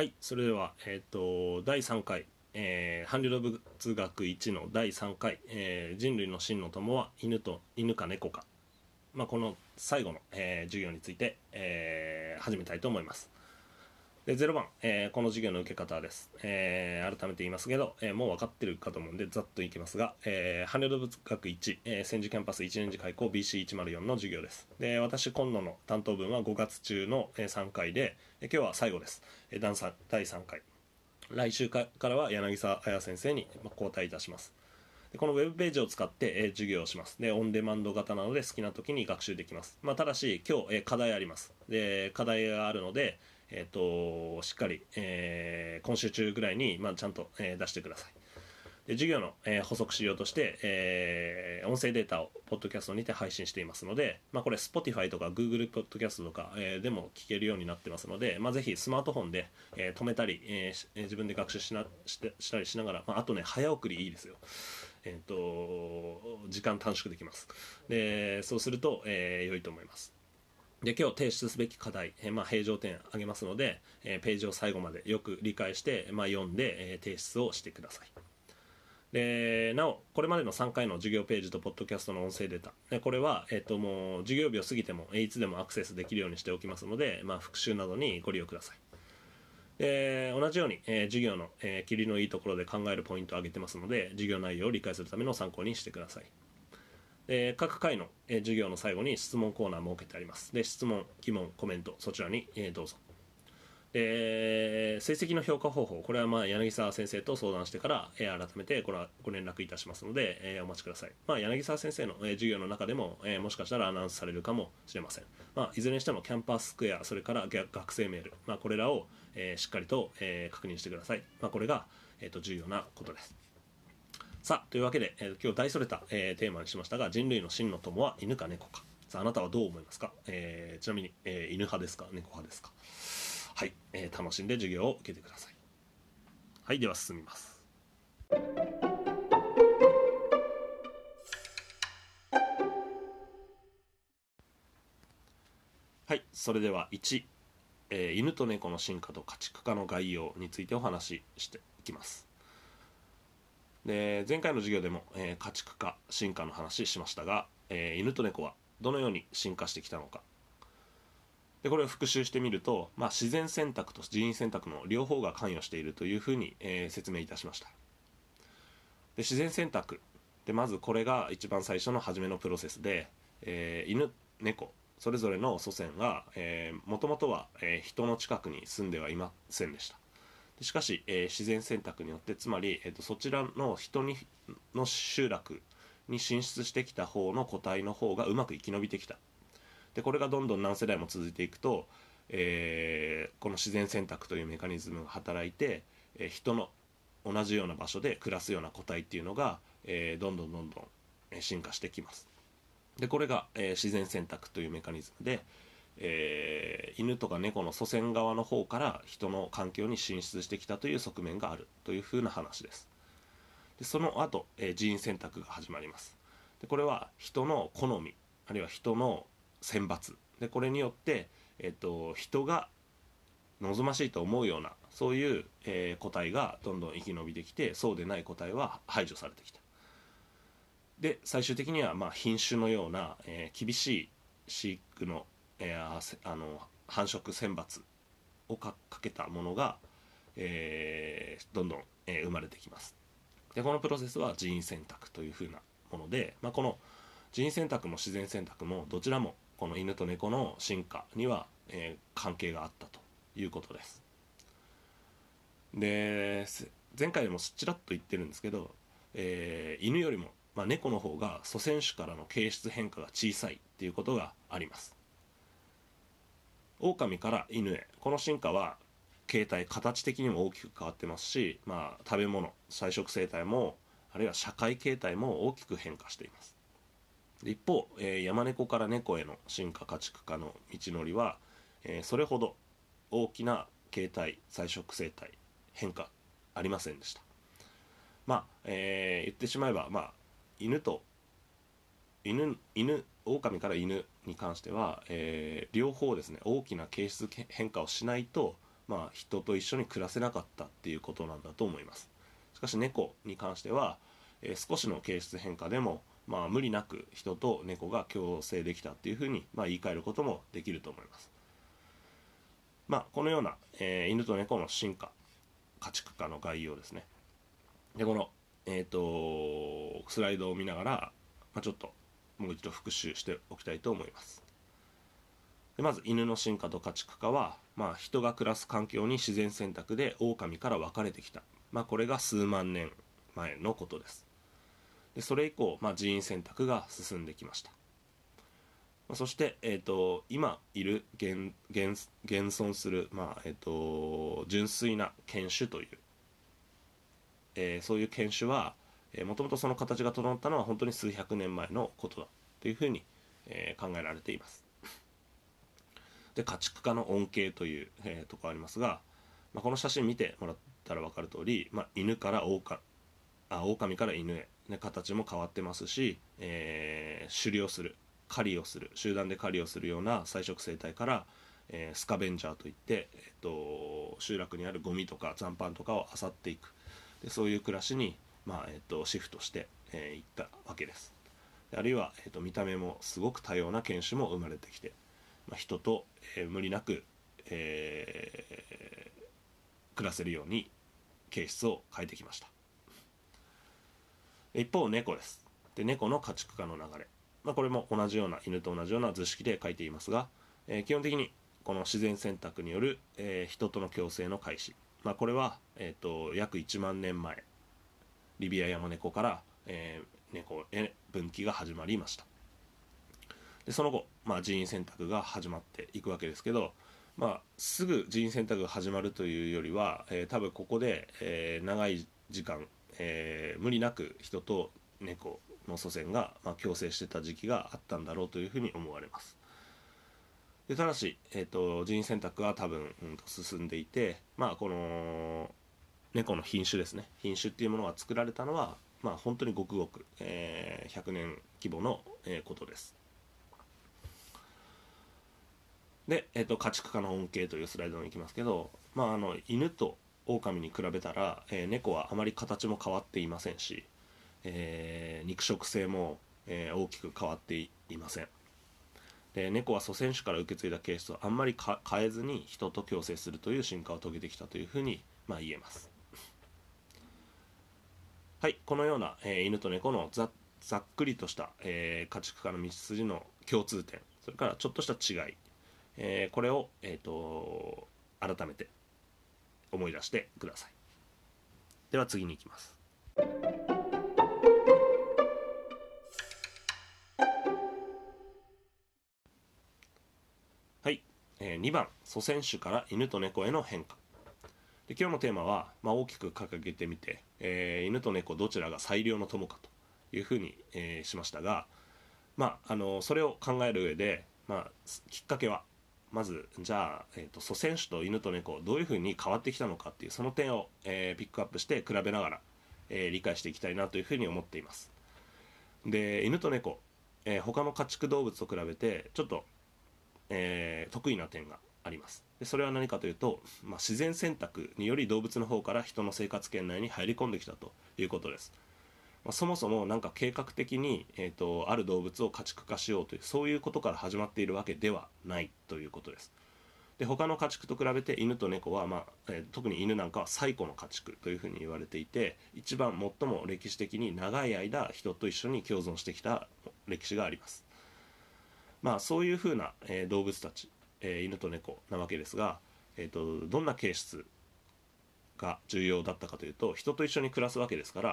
はい、それでは、第3回、韓流動物学1の第3回、人類の真の友は犬か猫か、この最後の、授業について、始めたいと思います。で0番、この授業の受け方です、改めて言いますけど、もう分かってるかと思うんでざっといきますが、韓流動物学1、千住キャンパス1年次開校 BC104 の授業です。で私今度の担当分は5月中の、3回で、今日は最後です、第3回。来週からは柳沢彩先生に交代いたします。でこのウェブページを使って、授業をします。でオンデマンド型なので好きな時に学習できます。ただし今日、課題あります。で課題があるので、しっかり、今週中ぐらいに、ちゃんと、出してください。で授業の、補足資料として、音声データをポッドキャストにて配信していますので、これ Spotify とか Google ポッドキャストとか、でも聞けるようになってますので、ぜひスマートフォンで、止めたり、自分で学習したりしながら、あとね早送りいいですよ。時間短縮できます。でそうすると、良いと思います。で今日提出すべき課題、平常点あげますので、ページを最後までよく理解して、読んで、提出をしてください。でなおこれまでの3回の授業ページとポッドキャストの音声データ、これは、もう授業日を過ぎてもいつでもアクセスできるようにしておきますので、復習などにご利用ください。同じように、授業の、切りのいいところで考えるポイントを挙げてますので、授業内容を理解するための参考にしてください。各回の、授業の最後に質問コーナー設けてあります。で質問、疑問、コメントそちらに、どうぞ。成績の評価方法、これは柳沢先生と相談してから、改めてこれはご連絡いたしますので、お待ちください。柳沢先生の、授業の中でも、もしかしたらアナウンスされるかもしれません。いずれにしてもキャンパススクエア、それから学生メール、これらを、しっかりと、確認してください。これが、重要なことです。さあというわけで、今日大それた、テーマにしましたが、人類の真の友は犬か猫か。さああなたはどう思いますか。ちなみに、犬派ですか猫派ですか。はい、楽しんで授業を受けてください。はい、では進みます。はい、それでは1、犬と猫の進化と家畜化の概要についてお話ししていきます。で前回の授業でも、家畜化進化の話しましたが、犬と猫はどのように進化してきたのか。でこれを復習してみると、自然選択と人為選択の両方が関与しているというふうに、説明いたしました。で自然選択でまずこれが一番最初の初めのプロセスで、犬猫それぞれの祖先がもともとは、人の近くに住んではいませんでした。しかし、自然選択によって、つまり、そちらのの集落に進出してきた方の個体の方がうまく生き延びてきた。でこれがどんどん何世代も続いていくと、この自然選択というメカニズムが働いて、人の同じような場所で暮らすような個体っていうのが、どんどん進化してきます。でこれが、自然選択というメカニズムで、犬とか猫の祖先側の方から人の環境に進出してきたという側面があるというふうな話です。でその後、人為選択が始まります。でこれは人の好みあるいは人の選抜でこれによって、人が望ましいと思うようなそういう、個体がどんどん生き延びてきて、そうでない個体は排除されてきた。で最終的には品種のような、厳しい飼育の繁殖選抜をかけたものが、どんどん、生まれてきます。でこのプロセスは人為選択というふうなもので、この人為選択も自然選択もどちらもこの犬と猫の進化には、関係があったということです。で前回でもちらっと言ってるんですけど、犬よりも、猫の方が祖先種からの形質変化が小さいっていうことがあります。狼から犬へこの進化は形態形的にも大きく変わってますし、食べ物菜食生態もあるいは社会形態も大きく変化しています。一方、山猫から猫への進化家畜化の道のりは、それほど大きな形態菜食生態変化ありませんでした。言ってしまえば、狼から犬に関しては、両方ですね大きな形質変化をしないと人と一緒に暮らせなかったっていうことなんだと思います。しかし猫に関しては、少しの形質変化でも、無理なく人と猫が共生できたっていうふうに、言い換えることもできると思います。このような、犬と猫の進化家畜化の概要ですね。でこの、スライドを見ながら、ちょっともう一度復習しておきたいと思います。でまず犬の進化と家畜化は、人が暮らす環境に自然選択で狼から分かれてきた、これが数万年前のことです。でそれ以降、人為選択が進んできました。そして、今いる現存する、純粋な犬種という、そういう犬種はもともとその形が整ったのは本当に数百年前のことだというふうに、考えられています。で家畜化の恩恵という、ところありますが、この写真見てもらったら分かる通り、犬から狼から犬へ、形も変わってますし、狩猟する狩りをする集団で狩りをするような菜食生態から、スカベンジャーといって、集落にあるゴミとか残飯とかを漁っていく、でそういう暮らしに、シフトして、いったわけです。あるいは、見た目もすごく多様な犬種も生まれてきて、人と、無理なく、暮らせるように形質を変えてきました。一方猫です。で猫の家畜化の流れ、これも同じような犬と同じような図式で書いていますが、基本的にこの自然選択による、人との共生の開始、これは、約1万年前リビアヤマネコから、猫へ分岐が始まりました。でその後、人為選択が始まっていくわけですけど、すぐ人為選択が始まるというよりは、多分ここで、長い時間、無理なく人と猫の祖先が、共生してた時期があったんだろうというふうに思われます。でただし、人為選択が多分、進んでいて、この猫の品種ですね、品種っていうものが作られたのは、本当にごくごく、100年規模の、ことです。で、家畜化の恩恵というスライドに行きますけど、犬と狼に比べたら、猫はあまり形も変わっていませんし、肉食性も、大きく変わっていません。で猫は祖先種から受け継いだ形質をあんまり変えずに人と共生するという進化を遂げてきたというふうに、言えます。はい、このような、犬と猫のざっくりとした、家畜化の道筋の共通点、それからちょっとした違い、これを、改めて思い出してください。では次に行きます。はい、2番祖先種から犬と猫への変化で、今日のテーマは、大きく掲げてみて、犬と猫どちらが最良の友かというふうに、しましたが、それを考える上で、きっかけはまずじゃあ、祖先種と犬と猫どういうふうに変わってきたのかっていうその点を、ピックアップして比べながら、理解していきたいなというふうに思っています。で犬と猫、他の家畜動物と比べてちょっと、得意な点があります。でそれは何かというと、自然選択により動物の方から人の生活圏内に入り込んできたということです。そもそも計画的に、ある動物を家畜化しようというそういうことから始まっているわけではないということです。で他の家畜と比べて犬と猫は、特に犬なんかは最古の家畜というふうに言われていて、一番最も歴史的に長い間人と一緒に共存してきた歴史があります。そういうふうな、動物たち、犬と猫なわけですが、どんな形質が重要だったかというと、人と一緒に暮らすわけですから、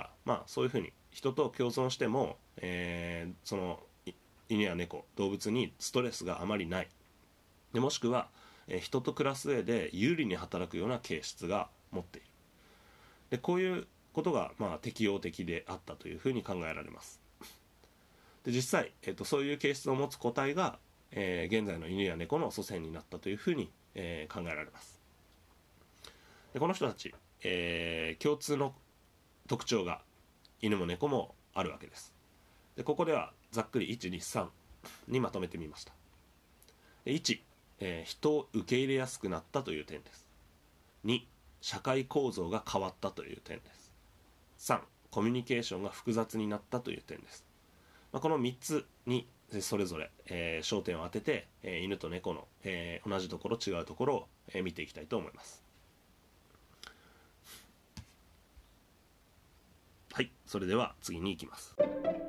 そういうふうに人と共存しても、その犬や猫動物にストレスがあまりないで、もしくは、人と暮らす上で有利に働くような形質が持っている。でこういうことが、適応的であったというふうに考えられます。で実際、そういう形質を持つ個体が、現在の犬や猫の祖先になったというふうに、考えられます。でこの人たち、共通の特徴が犬も猫もあるわけです。でここではざっくり123にまとめてみました。で1、人を受け入れやすくなったという点です。 2、社会構造が変わったという点です。3、コミュニケーションが複雑になったという点です。この3つにそれぞれ、焦点を当てて、犬と猫の、同じところ違うところを、見ていきたいと思います。はい、それでは次に行きます。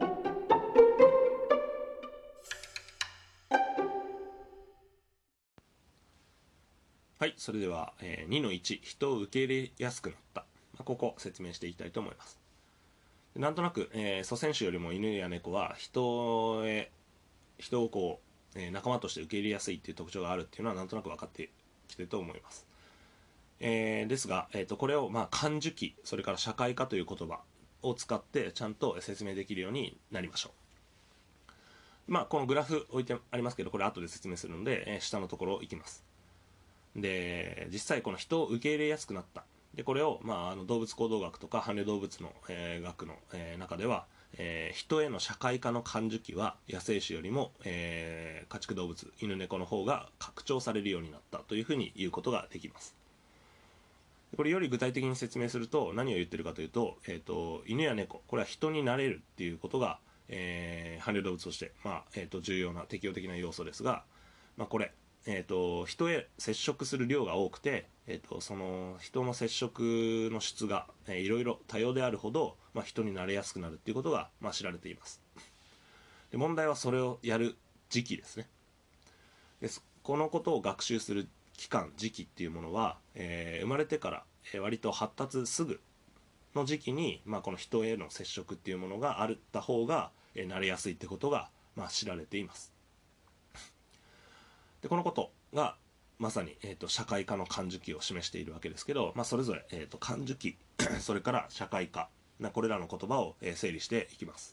はい、それでは、2の1、人を受け入れやすくなった、ここを説明していきたいと思います。なんとなく、祖先種よりも犬や猫は人をこう、仲間として受け入れやすいっていう特徴があるっていうのはなんとなく分かってきてると思います。ですが、これを感受器、それから社会化という言葉を使ってちゃんと説明できるようになりましょう。このグラフ置いてありますけど、これ後で説明するので、下のところいきます。で、実際この人を受け入れやすくなった。で、これを、動物行動学とか伴侶動物の、学の、中では、人への社会化の感受器は野生種よりも、家畜動物、犬猫の方が拡張されるようになったというふうに言うことができます。これより具体的に説明すると何を言ってるかというと、犬や猫、これは人になれるっていうことが、伴侶動物として、重要な適応的な要素ですが、これ、人へ接触する量が多くて、その人の接触の質が、いろいろ多様であるほど、人になれやすくなるっていうことが、知られています。で、問題はそれをやる時期ですね。このことを学習する期間、時期っていうものは、生まれてから、割と発達すぐの時期に、この人への接触っていうものがあった方が、なれやすいってことが、知られています。で、このことがまさに、社会化の感受器を示しているわけですけど、それぞれ、感受器それから社会化、これらの言葉を、整理していきます。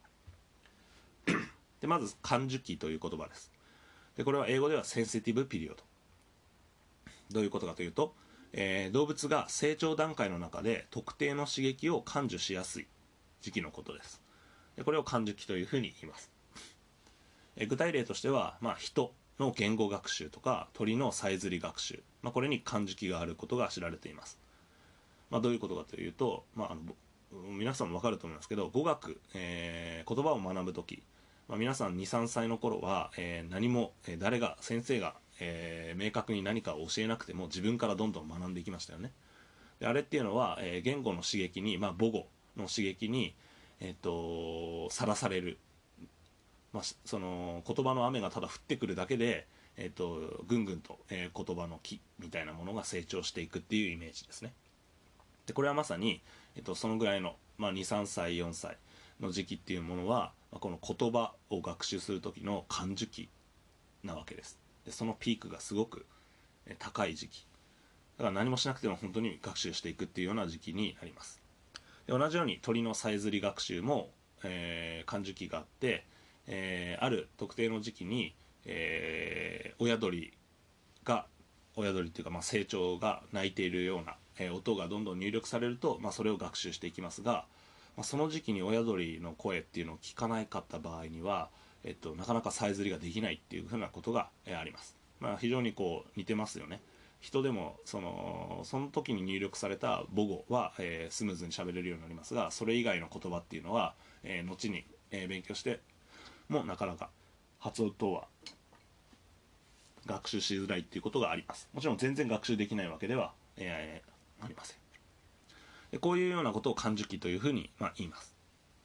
で、まず感受器という言葉です。で、これは英語ではセンシティブピリオド。どういうことかというと、動物が成長段階の中で特定の刺激を感受しやすい時期のことです。で、これを感受器というふうに言います。具体例としては、人の言語学習とか鳥のさえずり学習、これに感受器があることが知られています。どういうことかというと、皆さんも分かると思いますけど、語学、言葉を学ぶとき、皆さん2、3歳の頃は、何も、誰が先生が、明確に何かを教えなくても自分からどんどん学んでいきましたよね。で、あれっていうのは、言語の刺激に、母語の刺激にさらされる、その言葉の雨がただ降ってくるだけで、ぐんぐんと、言葉の木みたいなものが成長していくっていうイメージですね。で、これはまさに、そのぐらいの、2、3歳、4歳の時期っていうものは、この言葉を学習する時の感受器なわけです。で、そのピークがすごく高い時期だから、何もしなくても本当に学習していくっていうような時期になります。で、同じように鳥のさえずり学習も、感受器があって、ある特定の時期に、親鳥っていうか、成長が鳴いているような、音がどんどん入力されると、それを学習していきますが、その時期に親鳥の声っていうのを聞かなかった場合には、なかなかさえずりができないっていうふうなことが、あります。非常にこう似てますよね。人でもその時に入力された母語は、スムーズに喋れるようになりますが、それ以外の言葉っていうのは、後に、勉強してもなかなか発音等は学習しづらいっていうことがあります。もちろん全然学習できないわけでは、ありません。で、こういうようなことを感受器というふうに、言います。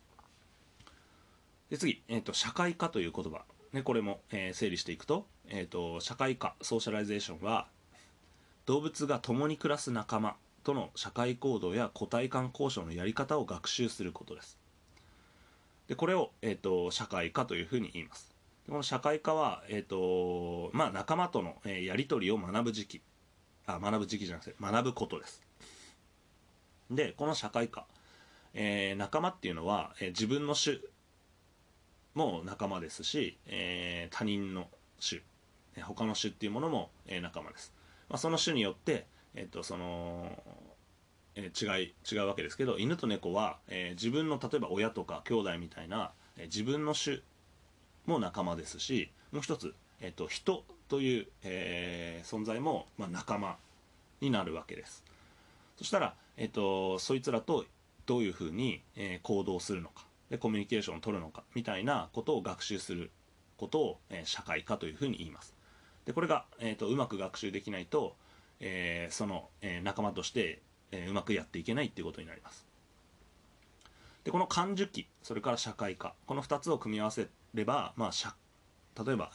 で、次、社会化という言葉、ね、これも、整理していくと、社会化ソーシャライゼーションは動物が共に暮らす仲間との社会行動や個体間交渉のやり方を学習することです。で、これを、社会化というふうに言います。で、この社会化は、仲間との、やり取りを学ぶ時期じゃなくて学ぶことです。で、この社会化、仲間っていうのは、自分の種も仲間ですし、他人の種、他の種っていうものも、仲間です。その種によって、違うわけですけど、犬と猫は、自分の例えば親とか兄弟みたいな、自分の種も仲間ですし、もう一つ、人という、存在も、仲間になるわけです。そしたら、そいつらとどういうふうに、行動するのかでコミュニケーションを取るのかみたいなことを学習することを、社会科というふうに言います。でこれが、うまく学習できないと、その、仲間として、うまくやっていけないっていうことになります。でこの感受器それから社会科この2つを組み合わせれば、例えば、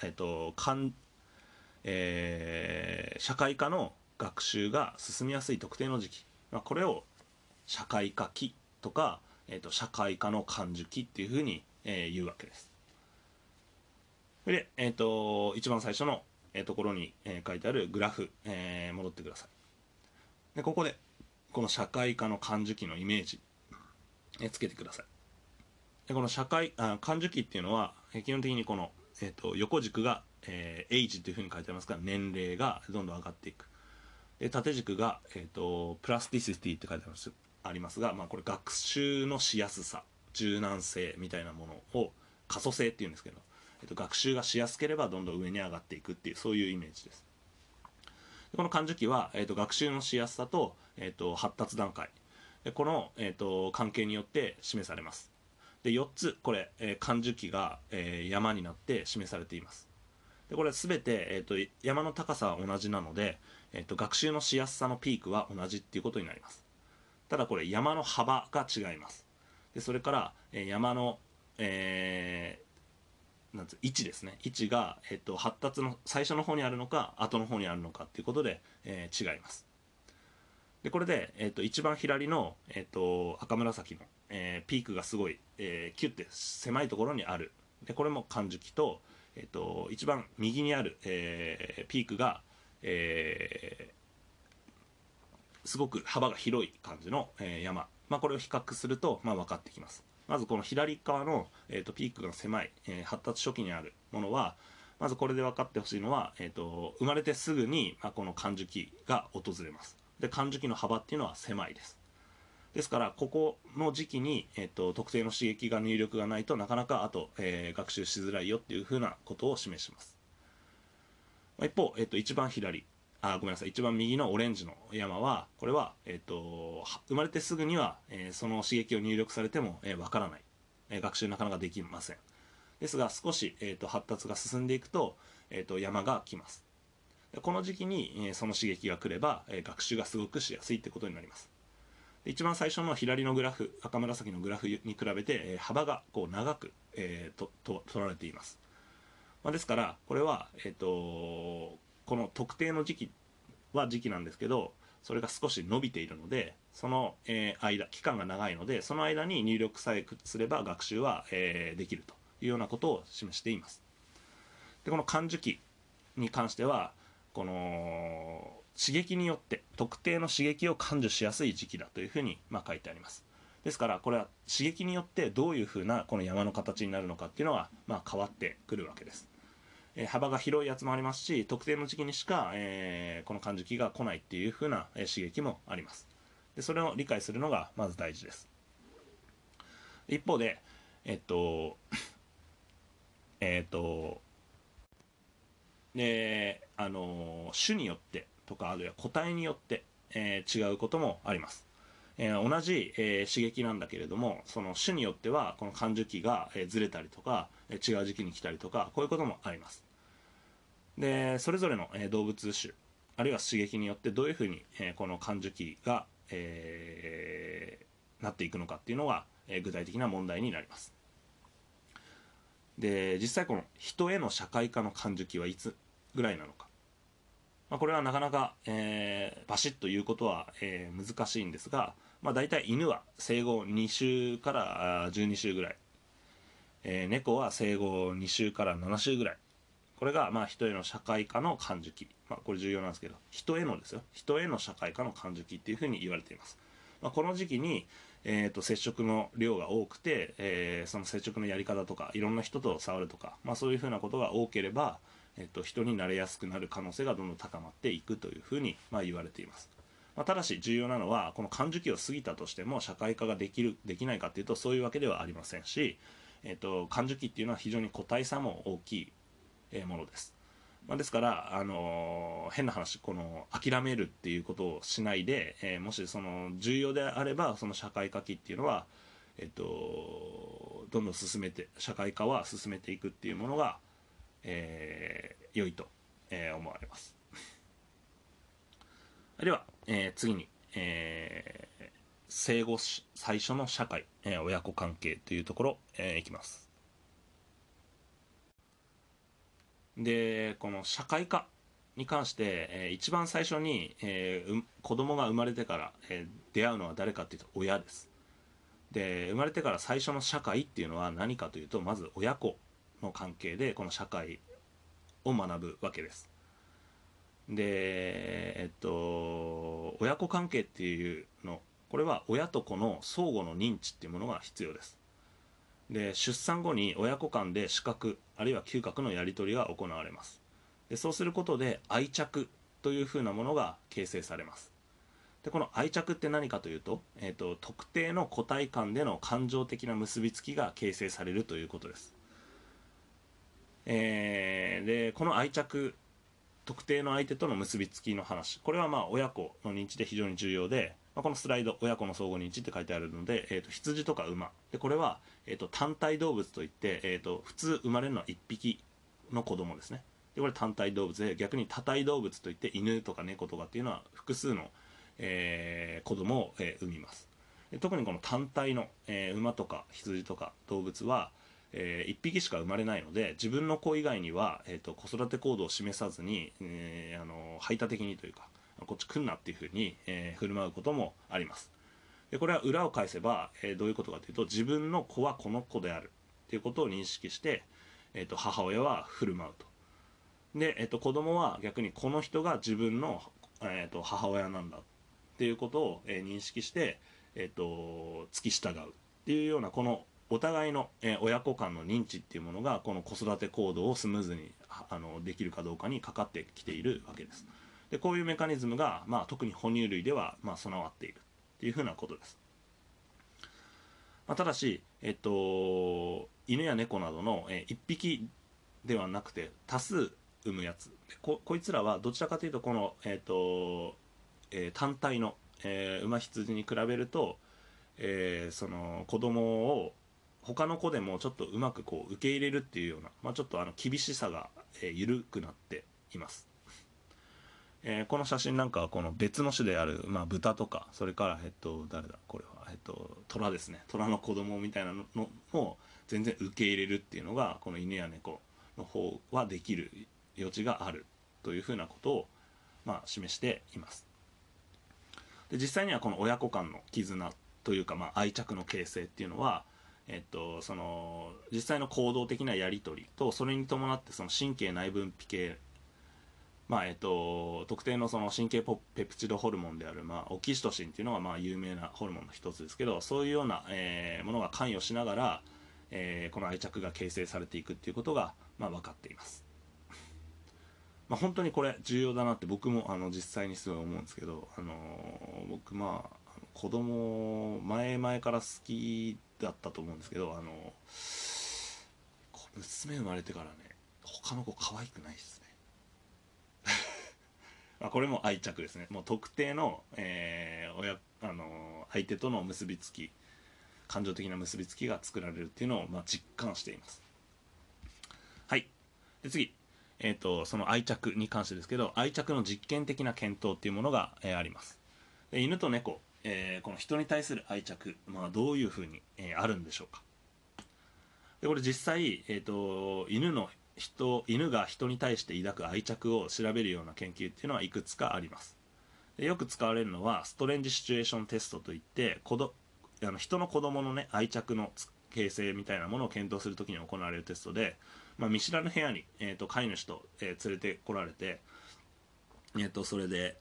社会科の学習が進みやすい特定の時期、これを社会科期とか、社会科の感受期っていうふうに、言うわけです。で、一番最初の、ところに、書いてあるグラフ、戻ってください。でここでこの社会科の感受期のイメージ、つけてください。でこの感受期っていうのは基本的にこの、横軸が、Age というふうに書いてありますから年齢がどんどん上がっていく。で縦軸が、プラスティシティって書いてありますが、これ学習のしやすさ柔軟性みたいなものを可塑性っていうんですけど、学習がしやすければどんどん上に上がっていくっていうそういうイメージです。でこの感受器は、学習のしやすさと、発達段階でこの、関係によって示されます。で4つこれ、感受器が、山になって示されています。でこれ全て、山の高さは同じなので、学習のしやすさのピークは同じっていうことになります。ただこれ山の幅が違います。でそれから、山の、位置ですね。位置が、発達の最初の方にあるのか後の方にあるのかっていうことで、違います。でこれで、一番左の、赤紫の、ピークがすごい、キュッて狭いところにある。でこれも感受器と、一番右にある、ピークが、すごく幅が広い感じの、山、これを比較すると、分かってきます。まずこの左側の、ピークが狭い、発達初期にあるものはまずこれで分かってほしいのは、生まれてすぐに、この感受器が訪れます。で感受器の幅っていうのは狭いです。ですからここの時期に、特定の刺激が入力がないとなかなか後、学習しづらいよっていうふうなことを示します。一方、一番左ごめんなさい一番右のオレンジの山はこれは、生まれてすぐには、その刺激を入力されてもわからない、学習なかなかできません。ですが少し、発達が進んでいくと、山が来ます。この時期に、その刺激が来れば、学習がすごくしやすいってことになります。で一番最初の左のグラフ赤紫のグラフに比べて、幅がこう長く、取られています。ですからこれは、この特定の時期は時期なんですけどそれが少し伸びているのでその、期間が長いのでその間に入力さえすれば学習は、できるというようなことを示しています。でこの感受器に関してはこの刺激によって特定の刺激を感受しやすい時期だというふうに、書いてあります。ですからこれは刺激によってどういうふうなこの山の形になるのかっていうのは、変わってくるわけです。幅が広いやつもありますし特定の時期にしか、この感受器が来ないっていう風な、刺激もあります。でそれを理解するのがまず大事です。一方で種によってとかあるいは個体によって、違うこともあります。同じ、刺激なんだけれどもその種によってはこの感受器が、ずれたりとか違う時期に来たりとかこういうこともあります。でそれぞれの、動物種あるいは刺激によってどういうふうに、この感受器が、なっていくのかっていうのが、具体的な問題になります。で実際この人への社会化の感受器はいつぐらいなのか、これはなかなか、バシッということは、難しいんですが、大体犬は生後2週から12週ぐらい、猫は生後2週から7週ぐらい、これが人への社会化の感受器、これ重要なんですけど人へのですよ人への社会化の感受器っていうふうに言われています。この時期に、接触の量が多くて、その接触のやり方とかいろんな人と触るとか、そういうふうなことが多ければ、人になれやすくなる可能性がどんどん高まっていくというふうに、言われています。ただし重要なのはこの感受器を過ぎたとしても社会化ができないかというとそういうわけではありませんし、感受器っていうのは非常に個体差も大きいものです。 ですから、変な話、この諦めるっていうことをしないで、もしその重要であればその社会科期っていうのは、どんどん社会科は進めていくっていうものが、良いと、思われます。では、次に、生後最初の社会、親子関係というところ、いきます。でこの社会科に関して、一番最初に、子供が生まれてから、出会うのは誰かっていうと親です。で生まれてから最初の社会っていうのは何かというと、まず親子の関係でこの社会を学ぶわけです。で親子関係っていうの、これは親と子の相互の認知っていうものが必要です。で出産後に親子間で視覚あるいは嗅覚のやり取りが行われます。でそうすることで愛着というふうなものが形成されます。でこの愛着って何かというと、特定の個体間での感情的な結びつきが形成されるということです。でこの愛着、特定の相手との結びつきの話、これはまあ親子の認知で非常に重要で、このスライド親子の相互認知って書いてあるので、羊とか馬で、これは、単体動物といって、普通生まれるのは1匹の子供ですね。でこれ単体動物で、逆に多体動物といって犬とか猫とかっていうのは複数の、子供を、産みます。で特にこの単体の、馬とか羊とか動物は、1匹しか生まれないので、自分の子以外には、子育て行動を示さずに、排他的にというか、こっち来んなっていうふうに、振る舞うこともあります。でこれは裏を返せば、どういうことかというと、自分の子はこの子であるということを認識して、母親は振る舞うと。で、子供は逆にこの人が自分の、母親なんだっていうことを、認識して、付き従うっていうような、このお互いの、親子間の認知っていうものが、この子育て行動をスムーズにできるかどうかにかかってきているわけです。でこういうメカニズムが、特に哺乳類では、備わっているっていうふうなことです。ただし、犬や猫などの、1匹ではなくて多数産むやつ、こいつらはどちらかというとこの、単体の、馬羊に比べると、その子供を他の子でもちょっとうまくこう受け入れるっていうような、ちょっと厳しさが、緩くなっています。この写真なんかはこの別の種である、豚とか、それから誰だこれは、虎ですね。虎の子供みたいなのも全然受け入れるっていうのが、この犬や猫の方はできる余地があるというふうなことを、示しています。で実際にはこの親子間の絆というか、愛着の形成っていうのは、その実際の行動的なやり取りと、それに伴ってその神経内分泌系、特定のその神経ペプチドホルモンである、オキシトシンっていうのが有名なホルモンの一つですけど、そういうような、ものが関与しながら、この愛着が形成されていくっていうことが、分かっています。本当にこれ重要だなって僕も実際にすごい思うんですけど、僕子供前々から好きだったと思うんですけど、娘生まれてからね、他の子可愛くないですね。これも愛着ですね。もう特定の、相手との結びつき、感情的な結びつきが作られるっていうのを、実感しています。はい。で次、その愛着に関してですけど、愛着の実験的な検討っていうものが、あります。で犬と猫、この人に対する愛着、どういうふうに、あるんでしょうか。でこれ実際、犬が人に対して抱く愛着を調べるような研究っていうのはいくつかあります。でよく使われるのはストレンジシチュエーションテストといって、人の子供のね愛着の形成みたいなものを検討するときに行われるテストで、見知らぬ部屋に、飼い主と、連れてこられて、それで、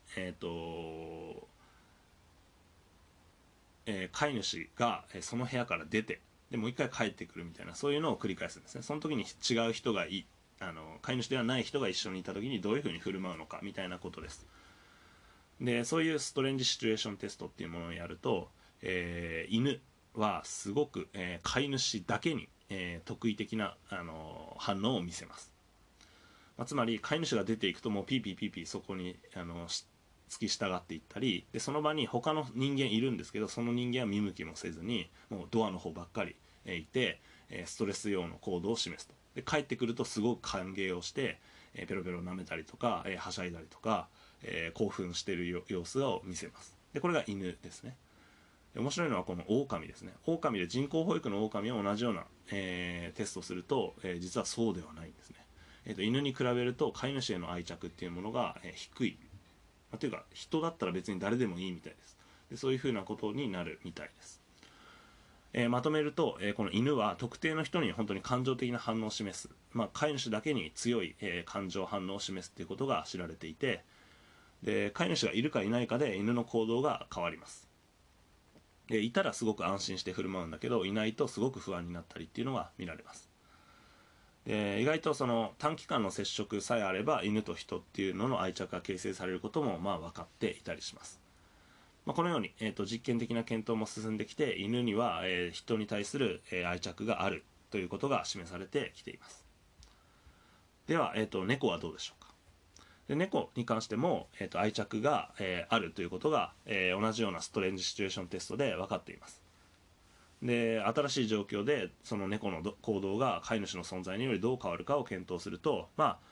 飼い主がその部屋から出て、でもう一回帰ってくるみたいな、そういうのを繰り返すんですね。その時に違う人が飼い主ではない人が一緒にいた時にどういうふうに振る舞うのかみたいなことです。でそういうストレンジシチュエーションテストっていうものをやると、犬はすごく、飼い主だけに、特異的な反応を見せます。 つまり飼い主が出ていくともうピーピーピーピーそこに付き従っていったりで、その場に他の人間いるんですけど、その人間は見向きもせずにもうドアの方ばっかりいて、ストレス様の行動を示すと。で帰ってくるとすごく歓迎をして、ペロペロ舐めたりとか、はしゃいだりとか、興奮している様子を見せます。でこれが犬ですね。面白いのはこの狼ですね。狼で人工哺育の狼は同じような、テストをすると、実はそうではないんですね。犬に比べると飼い主への愛着っていうものが、低い、というか人だったら別に誰でもいいみたいです。でそういうふうなことになるみたいです。まとめると、この犬は特定の人に本当に感情的な反応を示す、飼い主だけに強い、感情反応を示すということが知られていて、で飼い主がいるかいないかで犬の行動が変わります。でいたらすごく安心して振る舞うんだけど、いないとすごく不安になったりっていうのが見られます。で意外とその短期間の接触さえあれば犬と人っていうのの愛着が形成されることも分かっていたりします。このように、実験的な検討も進んできて、犬には、人に対する、愛着があるということが示されてきています。では、猫はどうでしょうか。で猫に関しても、愛着が、あるということが、同じようなストレンジシチュエーションテストで分かっています。で新しい状況でその猫の行動が飼い主の存在によりどう変わるかを検討すると、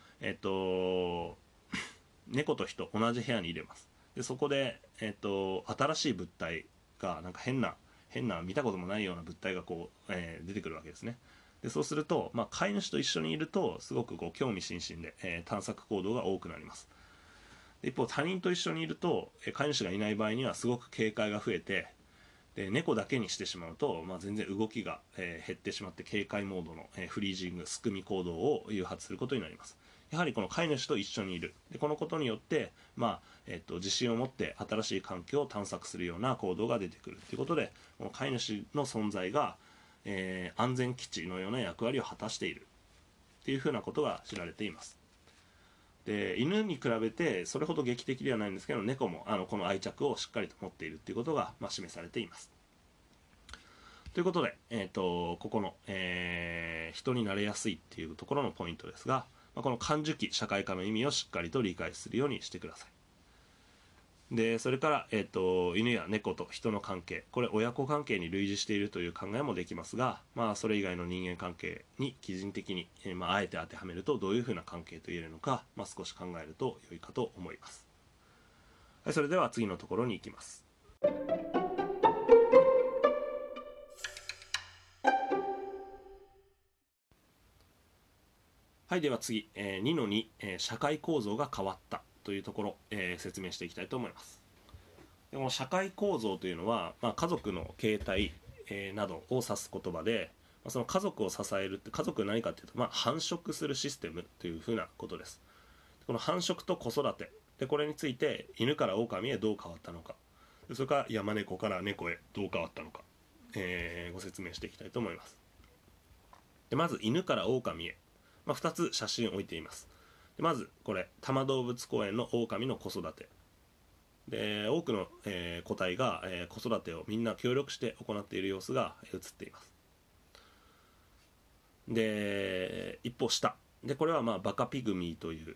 猫と人同じ部屋に入れます。でそこで、新しい物体がなんか変な見たこともないような物体がこう、出てくるわけですね。でそうすると、飼い主と一緒にいるとすごくこう興味津々で、探索行動が多くなります。で一方他人と一緒にいると、飼い主がいない場合にはすごく警戒が増えて、で猫だけにしてしまうと、全然動きが、減ってしまって警戒モードの、フリージングすくみ行動を誘発することになります。やはりこの飼い主と一緒にいる、でこのことによって、自信を持って新しい環境を探索するような行動が出てくるということで、この飼い主の存在が、安全基地のような役割を果たしているっていうふうなことが知られています。で犬に比べてそれほど劇的ではないんですけど、猫もこの愛着をしっかりと持っているということが、示されています。ということで、ここの、人になれやすいっていうところのポイントですが、この感受器社会化の意味をしっかりと理解するようにしてください。でそれから、犬や猫と人の関係、これ親子関係に類似しているという考えもできますが、それ以外の人間関係に基準的に、あえて当てはめるとどういうふうな関係と言えるのか、少し考えると良いかと思います。はい、それでは次のところに行きます。はい、では次、2の2、社会構造が変わったというところ、説明していきたいと思います。でこの社会構造というのは、家族の形態、などを指す言葉で、その家族を支えるって、家族は何かというと、繁殖するシステムというふうなことです。この繁殖と子育てで、これについて犬から狼へどう変わったのか、それから山猫から猫へどう変わったのか、ご説明していきたいと思います。でまず犬から狼へ、2つ写真を置いています。でまずこれ多摩動物公園の狼の子育てで、多くの、個体が、子育てをみんな協力して行っている様子が写っています。で一方下で、これはバカピグミーという、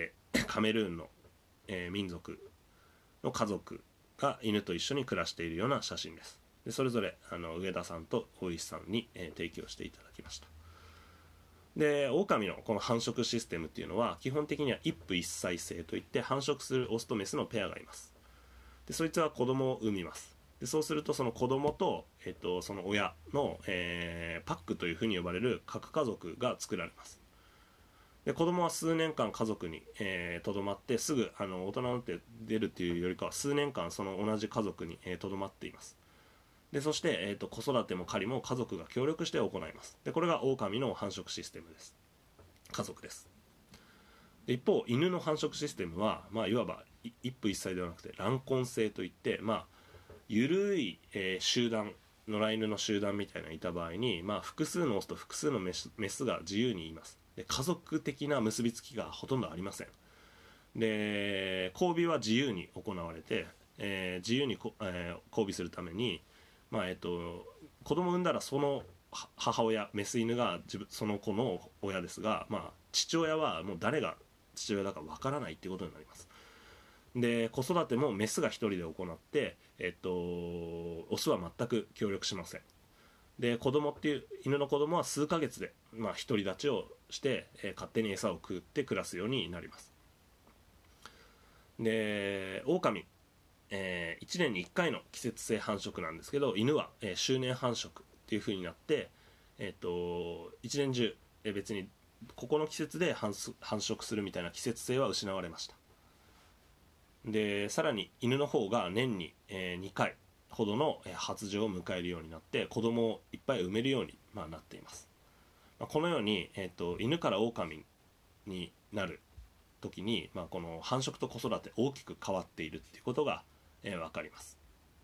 カメルーンの、民族の家族が犬と一緒に暮らしているような写真です。でそれぞれ上田さんと大石さんに、提供していただきました。で狼のこの繁殖システムっていうのは基本的には一夫一妻制といって、繁殖するオスとメスのペアがいます。でそいつは子供を産みます。でそうするとその子供と、その親の、パックというふうに呼ばれる核家族が作られます。で子供は数年間家族にとど、まってすぐ大人になって出るっていうよりかは、数年間その同じ家族にとど、まっています。でそして、子育ても狩りも家族が協力して行います。でこれが狼の繁殖システムです。家族です。で一方犬の繁殖システムは、いわば一夫一妻ではなくて卵根制といって、緩い、集団、野良犬の集団みたいなのがいた場合に、複数のオスと複数のメスが自由にいます。で家族的な結びつきがほとんどありません。で交尾は自由に行われて、自由に交尾するために、子供を産んだらその母親メス犬がその子の親ですが、父親はもう誰が父親だかわからないっていうことになります。で子育てもメスが一人で行って、オスは全く協力しません。で子供っていう犬の子供は数ヶ月で、独り立ちをして、勝手に餌を食って暮らすようになります。で狼、1年に1回の季節性繁殖なんですけど、犬は、周年繁殖っていう風になって、一年中、別にここの季節で繁殖するみたいな季節性は失われました。でさらに犬の方が年に、2回ほどの発情を迎えるようになって子供をいっぱい産めるように、なっています。このように、犬から狼になる時に、この繁殖と子育て大きく変わっているっていうことが、分かります。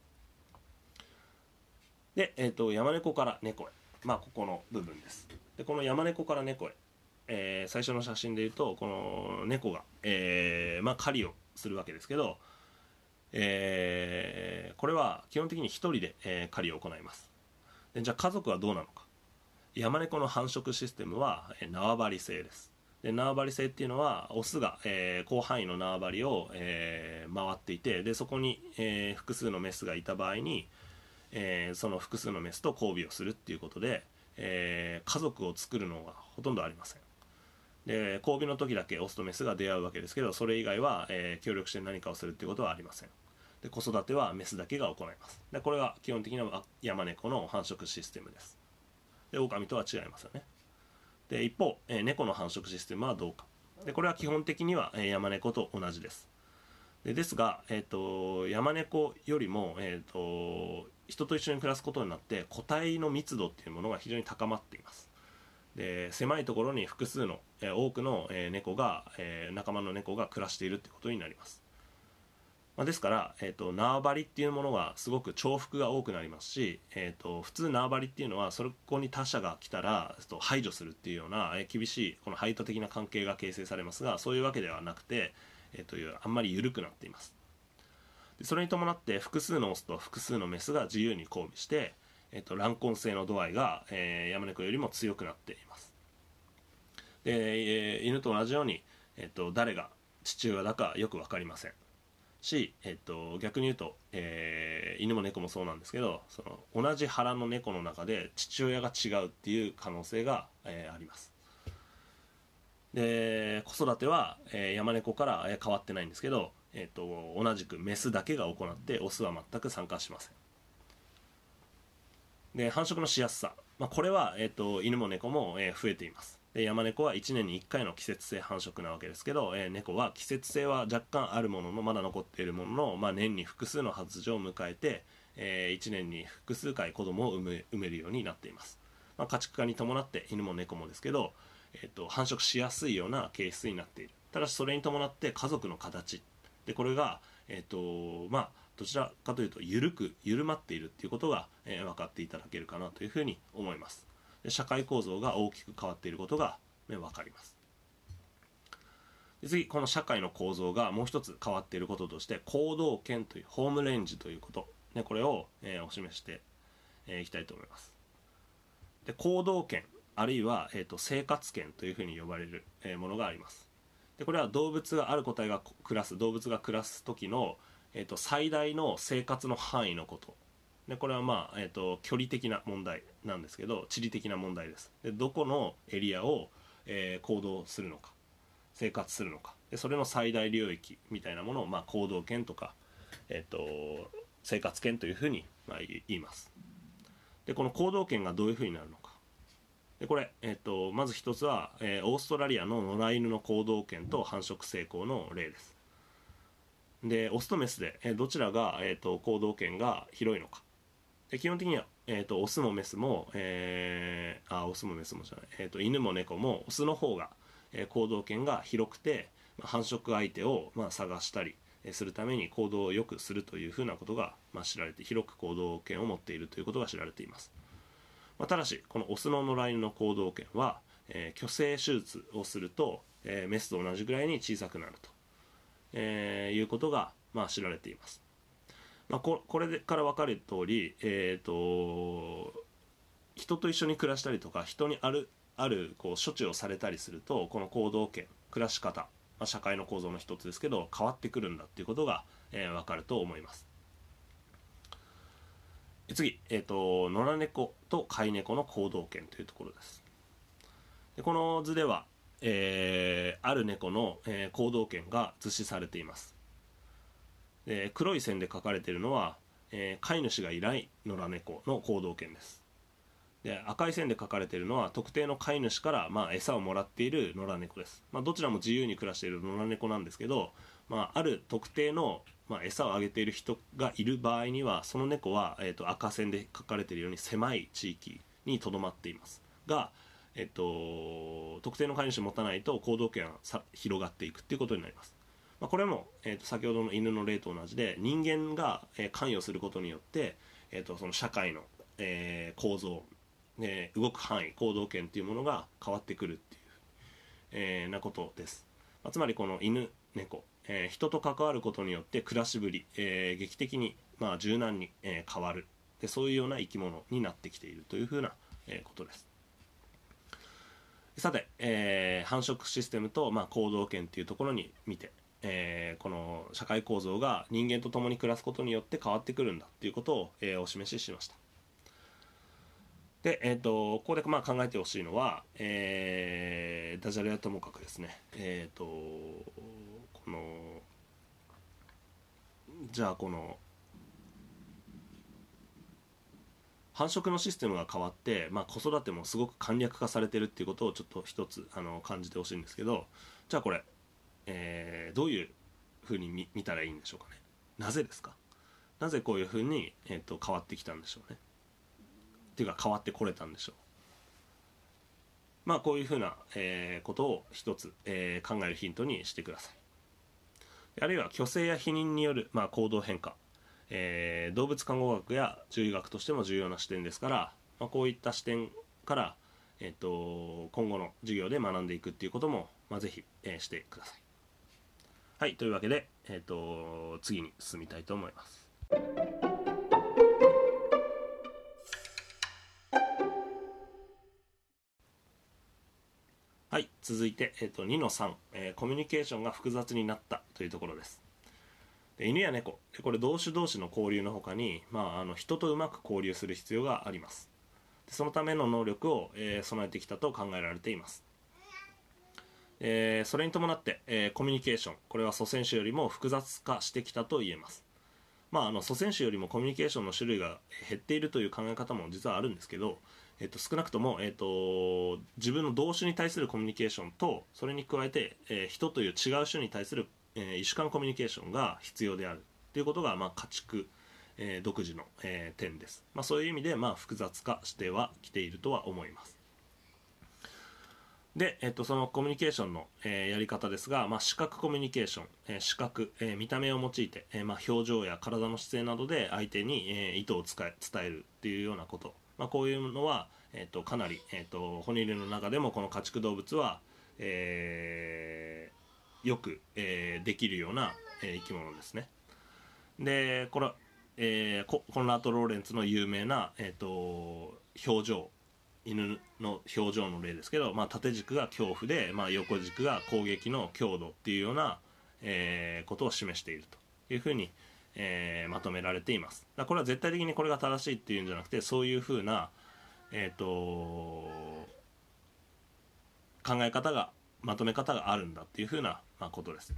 で、山猫から猫へ、ここの部分です。でこの山猫から猫へ、最初の写真でいうとこの猫が、狩りをするわけですけど、これは基本的に一人で、狩りを行います。でじゃあ家族はどうなのか。山猫の繁殖システムは、縄張り制です。で縄張り制っていうのはオスが、広範囲の縄張りを、回っていて、でそこに、複数のメスがいた場合に、その複数のメスと交尾をするっていうことで、家族を作るのがほとんどありません。で交尾の時だけオスとメスが出会うわけですけど、それ以外は、協力して何かをするっていうことはありません。で子育てはメスだけが行います。でこれが基本的な山猫の繁殖システムです。で狼とは違いますよね。で一方、猫の繁殖システムはどうか。でこれは基本的には、山猫と同じです。ですが、山猫よりも、人と一緒に暮らすことになって個体の密度っていうものが非常に高まっています。で狭いところに複数の、多くの、猫が、仲間の猫が暮らしているってことになります。ですから、縄張りっていうものがすごく重複が多くなりますし、普通縄張りっていうのはそこに他者が来たら排除するっていうような、厳しいこの排他的な関係が形成されますが、そういうわけではなくて、あんまり緩くなっています。でそれに伴って複数のオスと複数のメスが自由に交尾して、卵根性の度合いが、山猫よりも強くなっています。で、犬と同じように、誰が父親だかよく分かりませんし、逆に言うと、犬も猫もそうなんですけど、その同じ腹の猫の中で父親が違うっていう可能性が、あります。で子育ては、山猫から、変わってないんですけど、同じくメスだけが行ってオスは全く参加しません。で繁殖のしやすさ、これは、犬も猫も、増えています。で山猫は1年に1回の季節性繁殖なわけですけど、猫は季節性は若干あるもののまだ残っているものの、年に複数の発情を迎えて、1年に複数回子供を産めるようになっています。家畜化に伴って犬も猫もですけど、繁殖しやすいような形質になっている。ただしそれに伴って家族の形でこれが、どちらかというと緩まっているっていうことが、分かっていただけるかなというふうに思います。で社会構造が大きく変わっていることが、分かります。で次、この社会の構造がもう一つ変わっていることとして行動権というホームレンジということ、これを、お示していきたいと思います。で行動権あるいは、生活圏というふうに呼ばれる、ものがあります。でこれは動物がある個体が動物が暮らす時の、最大の生活の範囲のこと。でこれは距離的な問題なんですけど、地理的な問題です。でどこのエリアを、行動するのか生活するのか、でそれの最大領域みたいなものを、行動圏とか、生活圏というふうに、言います。でこの行動圏がどういうふうになるのか。でこれ、まず一つは、オーストラリアの野良犬の行動圏と繁殖成功の例です。でオスとメスで、どちらが、行動圏が広いのか。で基本的には、オスもメスも、オスもメスもじゃない、犬も猫もオスの方が、行動圏が広くて、繁殖相手を、探したりするために行動をよくするというふうなことが、知られて、広く行動権を持っているということが知られています。ただしこのオスの野良犬の行動圏は、去勢手術をすると、メスと同じぐらいに小さくなると、いうことが、知られています。これから分かる通り、 人と一緒に暮らしたりとか人にあるこう処置をされたりすると、この行動圏、暮らし方、社会の構造の一つですけど変わってくるんだっていうことが、分かると思います。次、野良猫と飼い猫の行動圏というところです。でこの図では、ある猫の、行動圏が図示されています。で黒い線で書かれているのは、飼い主がいない野良猫の行動圏です。で赤い線で書かれているのは特定の飼い主から、餌をもらっている野良猫です。どちらも自由に暮らしている野良猫なんですけど、ある特定の、餌をあげている人がいる場合にはその猫は、赤線で書かれているように狭い地域にとどまっていますが、特定の飼い主を持たないと行動圏は広がっていくっていうことになります。これも、先ほどの犬の例と同じで、人間が、関与することによって、その社会の、構造、動く範囲、行動圏というものが変わってくるっていう、なことです。つまりこの犬猫、人と関わることによって暮らしぶり、劇的に、柔軟に、変わるで、そういうような生き物になってきているというふうな、ことです。さて、繁殖システムと、行動圏というところに見て、この社会構造が人間と共に暮らすことによって変わってくるんだということを、お示ししました。で、ここで考えてほしいのは、ダジャレはともかくですね、じゃあこの繁殖のシステムが変わって、子育てもすごく簡略化されてるっていうことをちょっと一つ感じてほしいんですけど、じゃあこれ、どういうふうに見たらいいんでしょうかね。なぜですか。なぜこういうふうに、変わってきたんでしょうね。っていうか変わってこれたんでしょう。こういうふうな、ことを一つ、考えるヒントにしてください。あるいは虚勢や否認による、行動変化、動物看護学や獣医学としても重要な視点ですから、こういった視点から、今後の授業で学んでいくっていうことも、ぜひ、してください。はい、というわけで、次に進みたいと思います。はい、続いて、2の3、コミュニケーションが複雑になったというところです。で犬や猫、これ同種同士の交流のほかに、人とうまく交流する必要があります。でそのための能力を、備えてきたと考えられています。それに伴って、コミュニケーション、これは祖先種よりも複雑化してきたと言えます。祖先種よりもコミュニケーションの種類が減っているという考え方も実はあるんですけど、少なくとも、自分の同種に対するコミュニケーションと、それに加えて、人という違う種に対する、異種間コミュニケーションが必要であるということが、家畜、独自の、点です。そういう意味で、複雑化してはきているとは思います。で、そのコミュニケーションの、やり方ですが、視覚コミュニケーション、視覚、見た目を用いて、表情や体の姿勢などで相手に、意図を伝えるっていうようなこと、こういうのは、かなり、哺乳類の中でもこの家畜動物は、よく、できるような、生き物ですね。でこれは、コンラート・ローレンツの有名な、表情、犬の表情の例ですけど、縦軸が恐怖で、横軸が攻撃の強度っていうような、ことを示しているというふうに、まとめられています。これは絶対的にこれが正しいっていうんじゃなくて、そういうふうな、考え方が、まとめ方があるんだっていうふうな、ことです。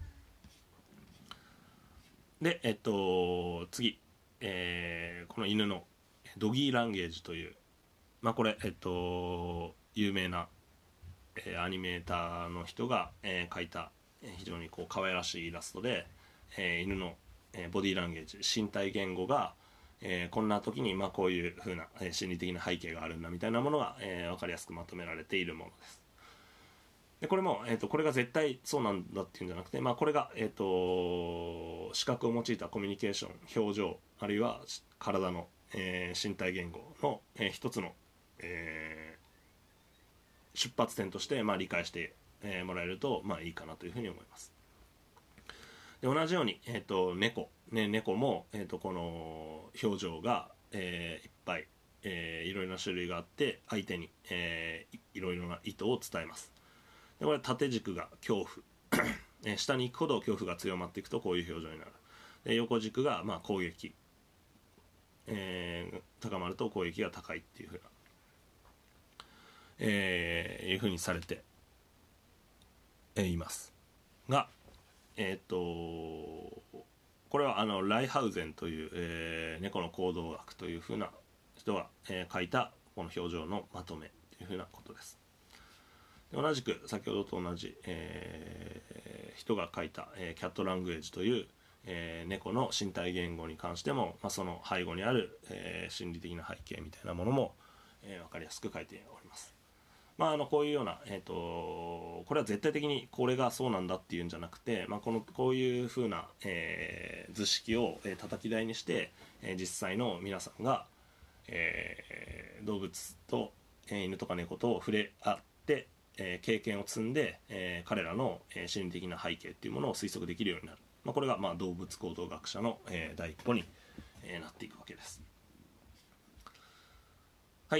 で、次、この犬のドギーランゲージという、これ、有名な、アニメーターの人が、描いた、非常に可愛らしいイラストで、犬の、ボディーランゲージ、身体言語が、こんな時に、こういう風な、心理的な背景があるんだみたいなものが、分かりやすくまとめられているものです。でこれも、これが絶対そうなんだっていうんじゃなくて、これが、視覚を用いたコミュニケーション、表情、あるいは体の、身体言語の、一つの、出発点として、理解して、もらえると、いいかなというふうに思います。で同じように、猫も、この表情が、いっぱいいろいろな種類があって相手に、いろいろな意図を伝えます。でこれ縦軸が恐怖下に行くほど恐怖が強まっていくとこういう表情になる。で横軸が攻撃、高まると攻撃が高いっていうふうな、いうふうにされていますが、これはライハウゼンという、猫の行動学というふうな人が、書いたこの表情のまとめというふうなことです。で同じく先ほどと同じ、人が書いた、キャットラングエージという、猫の身体言語に関しても、その背後にある、心理的な背景みたいなものも、分かりやすく書いております。こういうような、これは絶対的にこれがそうなんだっていうんじゃなくて、こういうふうな、図式を、叩き台にして、実際の皆さんが、動物と、犬とか猫と触れ合って、経験を積んで、彼らの、心理的な背景っていうものを推測できるようになる、これが、動物行動学者の、第一歩に、なっていくわけです。はい。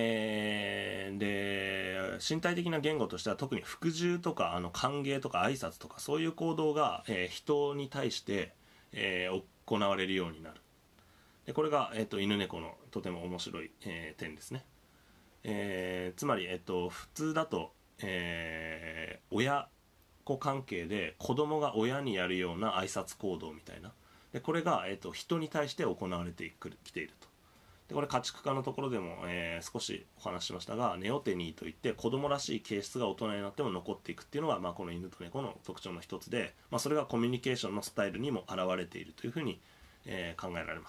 で身体的な言語としては特に服従とか歓迎とか挨拶とかそういう行動が、人に対して、行われるようになる。でこれが、犬猫のとても面白い、点ですね。つまり、普通だと、親子関係で子供が親にやるような挨拶行動みたいなでこれが、人に対して行われてきていると。でこれ家畜化のところでも、少しお話ししましたがネオテニーといって子供らしい形質が大人になっても残っていくっていうのが、この犬と猫の特徴の一つで、それがコミュニケーションのスタイルにも現れているというふうに、考えられます。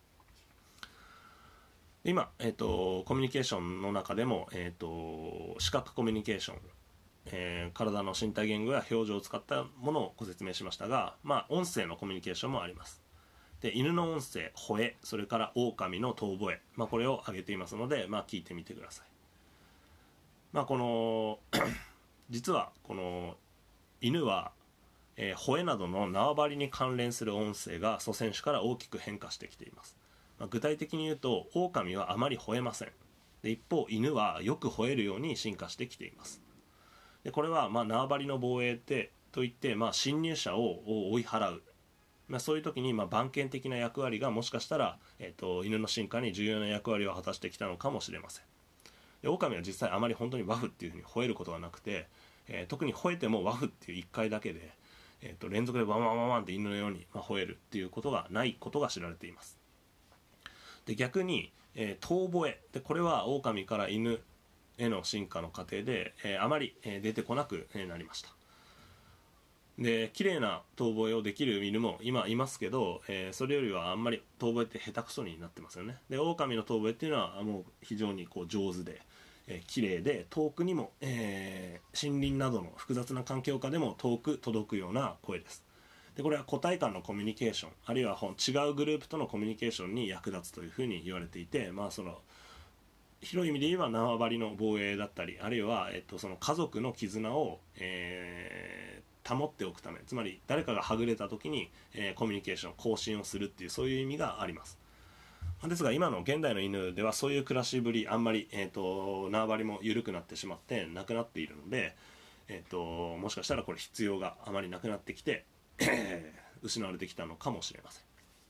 今、コミュニケーションの中でも、視覚コミュニケーション、体の身体言語や表情を使ったものをご説明しましたが、音声のコミュニケーションもあります。で犬の音声、吠え、それから狼の遠吠え、これを挙げていますので、聞いてみてください。この実はこの犬は、吠えなどの縄張りに関連する音声が祖先種から大きく変化してきています。具体的に言うと狼はあまり吠えません。で一方犬はよく吠えるように進化してきています。でこれは縄張りの防衛といって、侵入者を追い払う、そういう時に番犬的な役割がもしかしたら、犬の進化に重要な役割を果たしてきたのかもしれません。で狼は実際あまり本当にワフっていうふうに吠えることがなくて、特に吠えてもワフっていう1回だけで、連続でワンワンワンワンって犬のように、吠えるっていうことがないことが知られています。で逆に、遠吠えでこれは狼から犬への進化の過程で、あまり、出てこなくなりました。で綺麗な遠吠えをできる犬も今いますけど、それよりはあんまり遠吠えって下手くそになってますよね。で狼の遠吠えっていうのはもう非常に上手で、綺麗で遠くにも、森林などの複雑な環境下でも遠く届くような声です。でこれは個体間のコミュニケーションあるいは違うグループとのコミュニケーションに役立つというふうに言われていて、その広い意味で言えば縄張りの防衛だったりあるいは、その家族の絆を、保っておくため、つまり誰かがはぐれた時に、コミュニケーション更新をするっていうそういう意味があります。ですが今の現代の犬ではそういう暮らしぶりあんまり、縄張りも緩くなってしまってなくなっているので、もしかしたらこれ必要があまりなくなってきて失われてきたのかもしれません。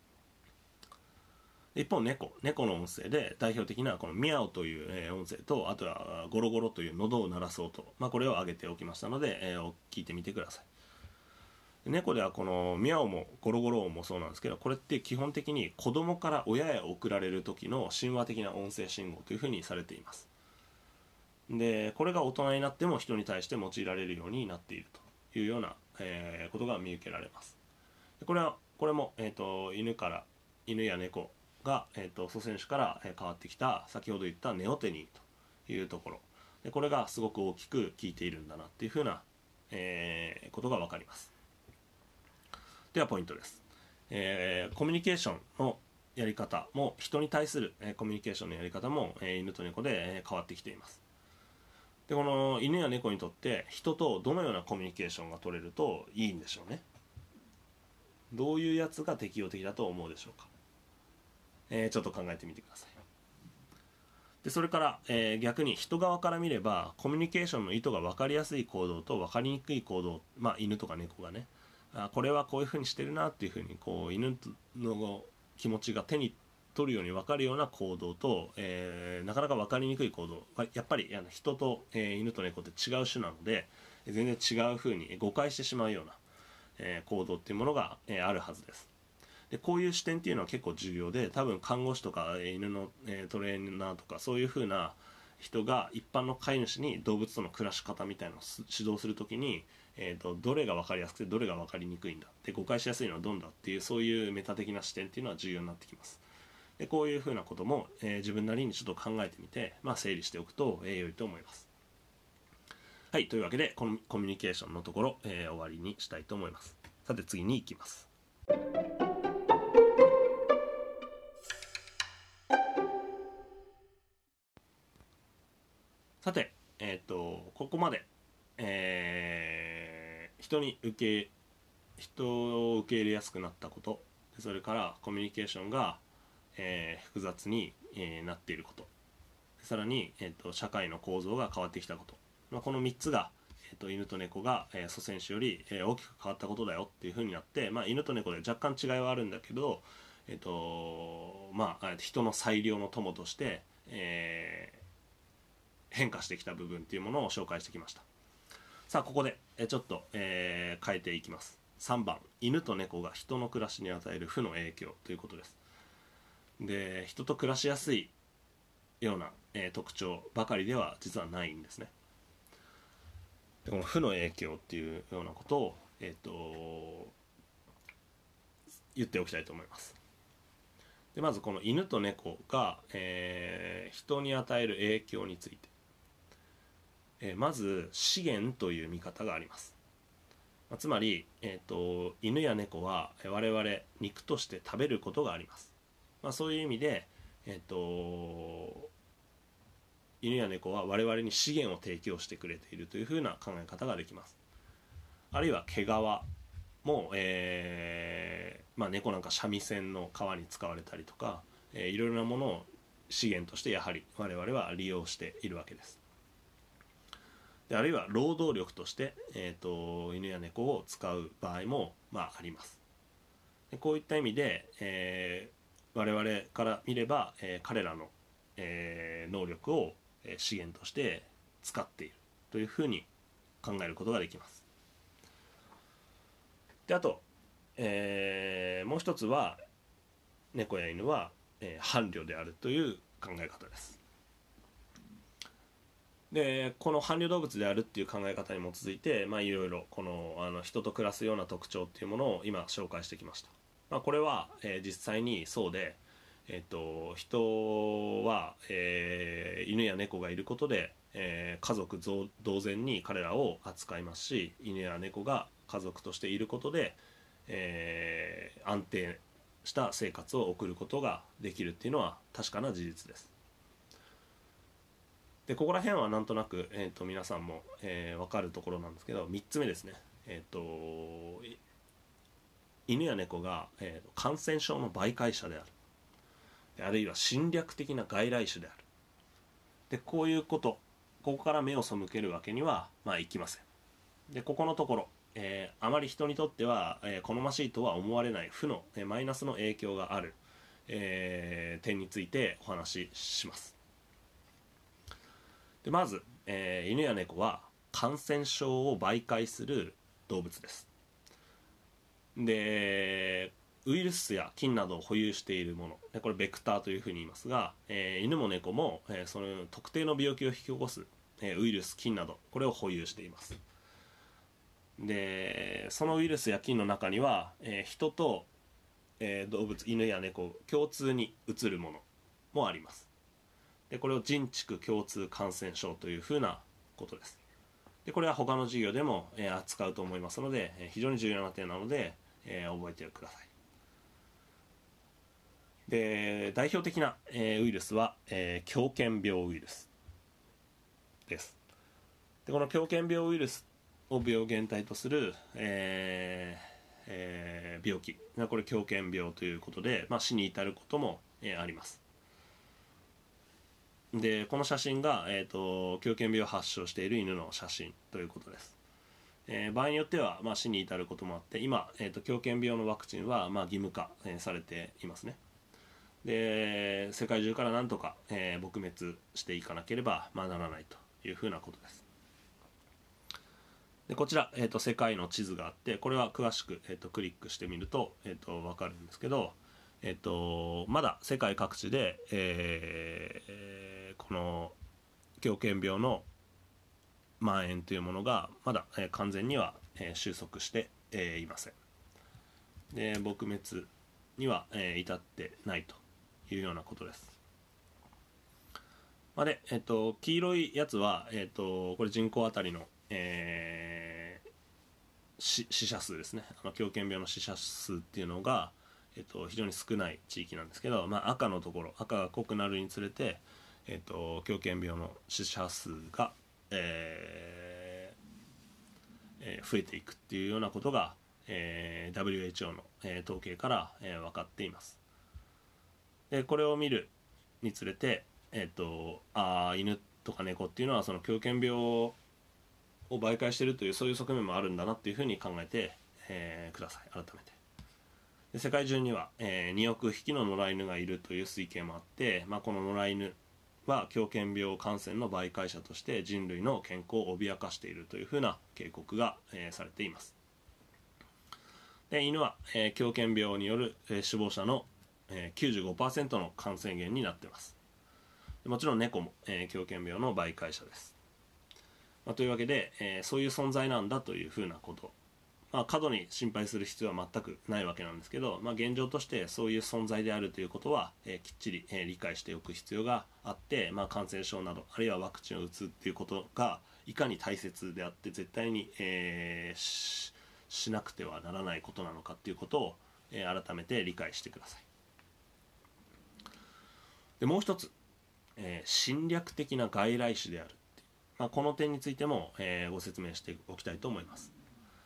一方猫の音声で代表的なこのミャオという、音声とあとはゴロゴロという喉を鳴らす音、これを挙げておきましたので、聞いてみてください。猫ではこのミャオもゴロゴロ音もそうなんですけど、これって基本的に子供から親へ送られる時の神話的な音声信号というふうにされています。でこれが大人になっても人に対して用いられるようになっているというような、ことが見受けられます。これも、犬や猫が、祖先種から変わってきた先ほど言ったネオテニーというところで、これがすごく大きく効いているんだなっていうふうな、ことが分かります。ではポイントです。コミュニケーションのやり方も人に対する、コミュニケーションのやり方も、犬と猫で、変わってきています。でこの犬や猫にとって人とどのようなコミュニケーションが取れるといいんでしょうね。どういうやつが適応的だと思うでしょうか。ちょっと考えてみてください。 でそれから、逆に人側から見ればコミュニケーションの意図が分かりやすい行動と分かりにくい行動、犬とか猫がね、これはこういうふうにしてるなっていうふうにこう犬の気持ちが手に取るように分かるような行動と、なかなか分かりにくい行動、やっぱり人と、犬と猫って違う種なので全然違うふうに誤解してしまうような、行動っていうものが、あるはずです。でこういう視点っていうのは結構重要で、多分看護師とか犬の、トレーナーとかそういうふうな人が一般の飼い主に動物との暮らし方みたいなのを指導するときに、どれが分かりやすくてどれが分かりにくいんだで誤解しやすいのはどんだっていう、そういうメタ的な視点っていうのは重要になってきます。でこういうふうなことも、自分なりにちょっと考えてみて、整理しておくと、良いと思います。はい、というわけでこのコミュニケーションのところ、終わりにしたいと思います。さて次に行きます。さて、ここまで、人を受け入れやすくなったこと、それからコミュニケーションが、複雑に、なっていること、さらに、社会の構造が変わってきたこと、この3つが、犬と猫が、祖先種より、大きく変わったことだよっていう風になって、犬と猫で若干違いはあるんだけど、人の最良の友として、変化してきた部分っていうものを紹介してきました。さあここでちょっと、変えていきます。3番、犬と猫が人の暮らしに与える負の影響ということです。で人と暮らしやすいような、特徴ばかりでは実はないんですね。でこの負の影響っていうようなことを、言っておきたいと思います。でまずこの犬と猫が、人に与える影響について、まず資源という見方があります。つまり、犬や猫は我々肉として食べることがあります。そういう意味で、犬や猫は我々に資源を提供してくれているというふうな考え方ができます。あるいは毛皮も、猫なんか三味線の皮に使われたりとか、いろいろなものを資源としてやはり我々は利用しているわけです。であるいは労働力として、犬や猫を使う場合も、あります。でこういった意味で、我々から見れば、彼らの、能力を資源として使っているというふうに考えることができます。であと、もう一つは猫や犬は、伴侶であるという考え方です。でこの伴侶動物であるっていう考え方に基づいて、いろいろこの人と暮らすような特徴っていうものを今紹介してきました。これは、実際にそうで、人は、犬や猫がいることで、家族同然に彼らを扱いますし、犬や猫が家族としていることで、安定した生活を送ることができるっていうのは確かな事実です。でここら辺はなんとなく、皆さんも、分かるところなんですけど、3つ目ですね、犬や猫が、感染症の媒介者である、あるいは侵略的な外来種である。でこういうこと、ここから目を背けるわけにはいきません。でここのところ、あまり人にとっては、好ましいとは思われない負の、マイナスの影響がある、点についてお話しします。でまず、犬や猫は感染症を媒介する動物です。でウイルスや菌などを保有しているもの、これベクターというふうに言いますが、犬も猫も、その特定の病気を引き起こす、ウイルス菌など、これを保有しています。でそのウイルスや菌の中には、人と、動物犬や猫共通にうつるものもあります。でこれを人畜共通感染症というふうなことです。でこれは他の授業でも、扱うと思いますので、非常に重要な点なので、覚えてください。で代表的な、ウイルスは、狂犬病ウイルスです。でこの狂犬病ウイルスを病原体とする、病気、これ狂犬病ということで、死に至ることも、あります。 でこの写真が、狂犬病を発症している犬の写真ということです。場合によっては、死に至ることもあって今、狂犬病のワクチンは、義務化、されていますね。で世界中からなんとか、撲滅していかなければ、ならないというふうなことです。でこちら、世界の地図があって、これは詳しく、クリックしてみると、分かるんですけど、まだ世界各地で、この狂犬病の蔓延というものがまだ、完全には、収束して、いません。で撲滅には、至ってないというようなことです。で、黄色いやつは、これ人口あたりの、死者数ですね。狂犬病の死者数っていうのが、非常に少ない地域なんですけど、赤のところ、赤が濃くなるにつれて、狂犬病の死者数が、増えていくっていうようなことが、WHO の、統計から、分かっています。でこれを見るにつれて、犬とか猫っていうのはその狂犬病を媒介しているという、そういう側面もあるんだなっていうふうに考えて、ください。改めてで世界中には、2億匹の野良犬がいるという推計もあって、この野良犬は狂犬病感染の媒介者として人類の健康を脅かしているというふうな警告が、されています。で犬は、狂犬病による、死亡者の、95% の感染源になっています。もちろん猫も、狂犬病の媒介者です。というわけで、そういう存在なんだというふうなこと、過度に心配する必要は全くないわけなんですけど、現状としてそういう存在であるということは、きっちり、理解しておく必要があって、感染症などあるいはワクチンを打つということがいかに大切であって絶対に、しなくてはならないことなのかということを、改めて理解してください。でもう一つ、侵略的な外来種であるっていう、この点についても、ご説明しておきたいと思います。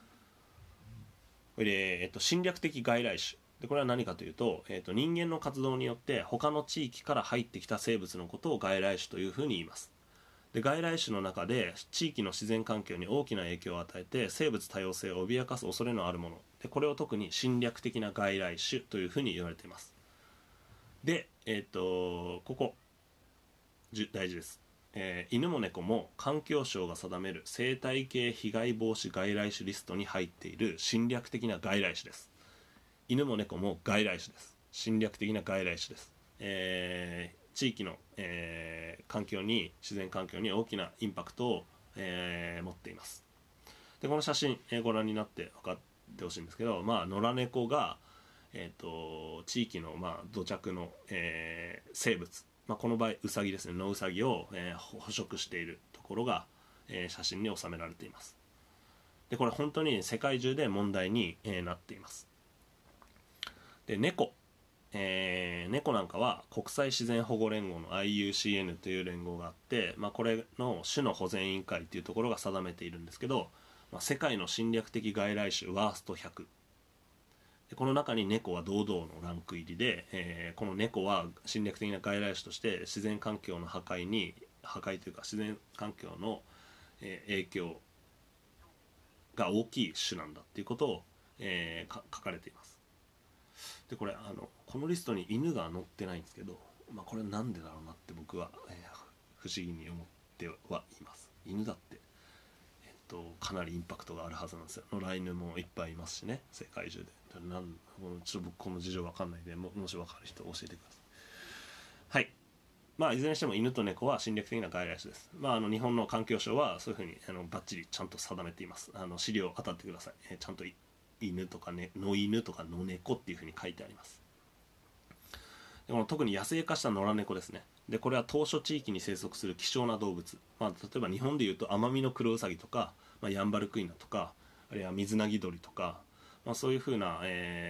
で、侵略的外来種で、これは何かというと、人間の活動によって他の地域から入ってきた生物のことを外来種というふうに言います。で外来種の中で地域の自然環境に大きな影響を与えて生物多様性を脅かす恐れのあるもので、これを特に侵略的な外来種というふうに言われています。で、ここ大事です。犬も猫も環境省が定める生態系被害防止外来種リストに入っている侵略的な外来種です。犬も猫も外来種です。侵略的な外来種です。地域の、環境に自然環境に大きなインパクトを、持っています。でこの写真、ご覧になって分かってほしいんですけど、野良猫が、地域の、土着の、生物、この場合ウサギですね、野ウサギを、捕食しているところが、写真に収められています。でこれ本当に世界中で問題に、なっています。で猫なんかは国際自然保護連合の IUCN という連合があって、これの種の保全委員会というところが定めているんですけど、世界の侵略的外来種ワースト100で、この中に猫は堂々のランク入りで、この猫は侵略的な外来種として自然環境の破壊というか自然環境の、影響が大きい種なんだということを、書かれています。でこれこのリストに犬が載ってないんですけど、これなんでだろうなって僕は、不思議に思ってはいます。犬だって、かなりインパクトがあるはずなんですよ。野良犬もいっぱいいますしね、世界中で。ちょっと僕この事情わかんないんで、もしわかる人教えてください。はい。いずれにしても犬と猫は侵略的な外来種です。日本の環境省はそういうふうにバッチリちゃんと定めています。資料当たってください。ちゃんと犬とか、野犬とか野猫っていうふうに書いてあります。でこの特に野生化した野良猫ですね。でこれは島嶼地域に生息する希少な動物、例えば日本でいうとアマミノクロウサギとか、ヤンバルクイナとか、あるいはミズナギドリとか、そういうふうな、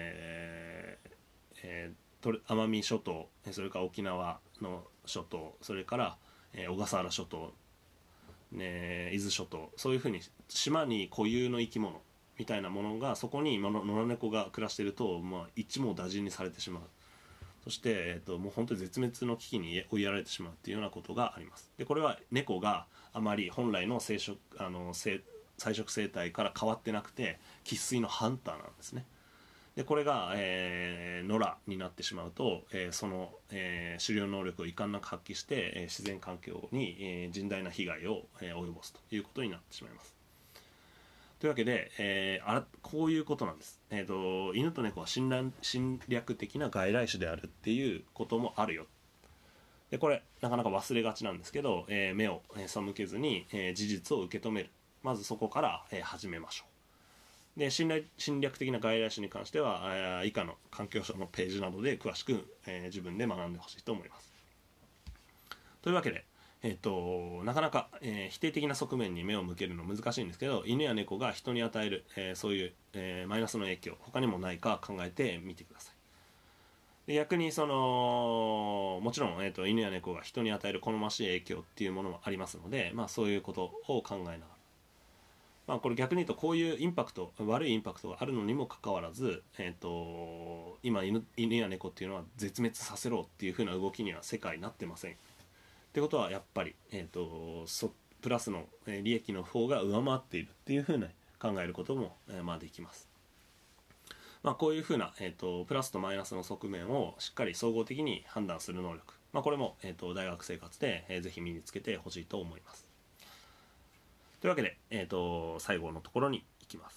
奄美諸島、それから沖縄の諸島、それから、小笠原諸島、伊豆諸島、そういうふうに島に固有の生き物みたいなものが、そこに野良猫が暮らしていると、一網打尽にされてしまう。 そして、もう本当に絶滅の危機に追いやられてしまうっていうようなことがあります。でこれは猫があまり本来の菜食生態から変わってなくて生粋のハンターなんですね。でこれが、野良になってしまうと、その、狩猟能力を遺憾なく発揮して、自然環境に、甚大な被害を、及ぼすということになってしまいます。というわけで、こういうことなんです。犬と猫は侵略的な外来種であるっていうこともあるよ。でこれなかなか忘れがちなんですけど、目を背けずに、事実を受け止める、まずそこから、始めましょう。で侵略的な外来種に関しては以下の環境省のページなどで詳しく、自分で学んでほしいと思います。というわけで、なかなか、否定的な側面に目を向けるの難しいんですけど、犬や猫が人に与える、そういう、マイナスの影響他にもないか考えてみてください。で逆にもちろん、犬や猫が人に与える好ましい影響っていうものもありますので、そういうことを考えながら、これ逆に言うとこういう悪いインパクトがあるのにもかかわらず、今犬や猫っていうのは絶滅させろっていう風な動きには世界になってません。ってことはやっぱり、プラスの利益の方が上回っているっていう風な考えることも、できます。こういう風な、プラスとマイナスの側面をしっかり総合的に判断する能力、これも、大学生活で、ぜひ身につけてほしいと思います。というわけで、最後のところに行きます。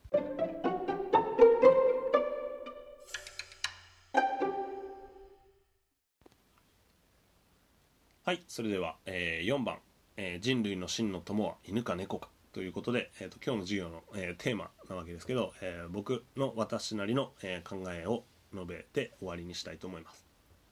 はい、それでは、4番、人類の真の友は犬か猫かということで、今日の授業の、テーマなわけですけど、私なりの、考えを述べて終わりにしたいと思います。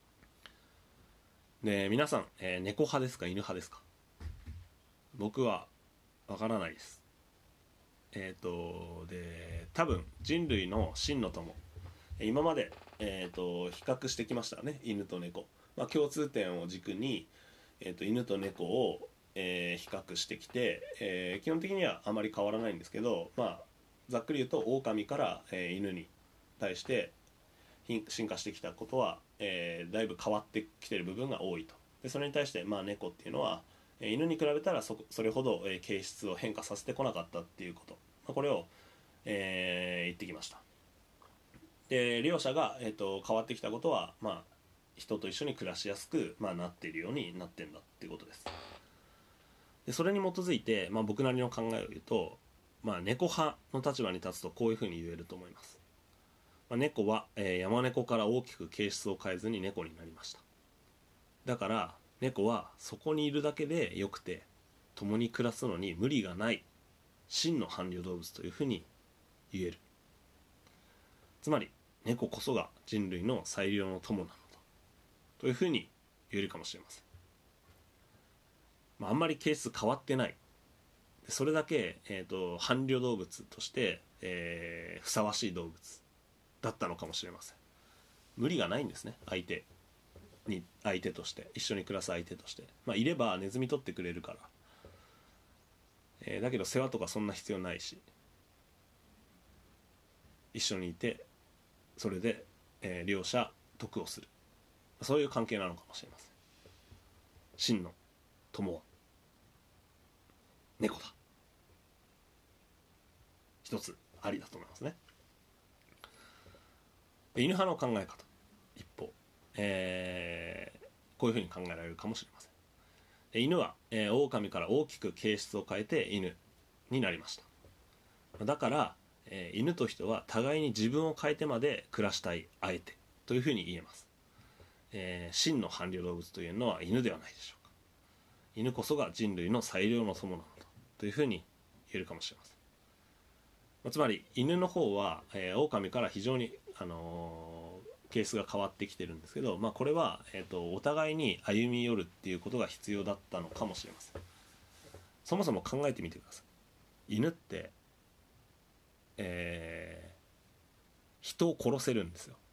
で皆さん、猫派ですか犬派ですか？僕はわからないです。で多分人類の真の友、今まで、比較してきましたね、犬と猫。共通点を軸に、犬と猫を、比較してきて、基本的にはあまり変わらないんですけど、ざっくり言うと狼から、犬に対して進化してきたことは、だいぶ変わってきている部分が多いと。でそれに対して、猫っていうのは犬に比べたらそれほど、形質を変化させてこなかったっていうこと、これを、言ってきました。で両者が、変わってきたことは、人と一緒に暮らしやすく、なっているようになってんだっていうことです。でそれに基づいて、僕なりの考えを言うと、猫派の立場に立つとこういうふうに言えると思います。猫は、山猫から大きく形質を変えずに猫になりました。だから猫はそこにいるだけでよくて、共に暮らすのに無理がない真の伴侶動物というふうに言える。つまり猫こそが人類の最良の友なのだというふうに言えるかもしれません。あんまり形質変わってない、それだけ、伴侶動物として、ふさわしい動物だったのかもしれません。無理がないんですね、相手として、一緒に暮らす相手として、いればネズミ取ってくれるから、だけど世話とかそんな必要ないし、一緒にいてそれで、両者得をする、そういう関係なのかもしれません。真の友は猫だ、一つありだと思いますね。犬派の考え方一方、こういうふうに考えられるかもしれません。犬は、狼から大きく形質を変えて犬になりました。だから、犬と人は互いに自分を変えてまで暮らしたい相手というふうに言えます。真の伴侶動物というのは犬ではないでしょうか。犬こそが人類の最良の友なのだというふうに言えるかもしれません。つまり犬の方は、狼から非常に、ケースが変わってきてるんですけど、これは、お互いに歩み寄るっていうことが必要だったのかもしれません。そもそも考えてみてください。犬って、人を殺せるんですよ。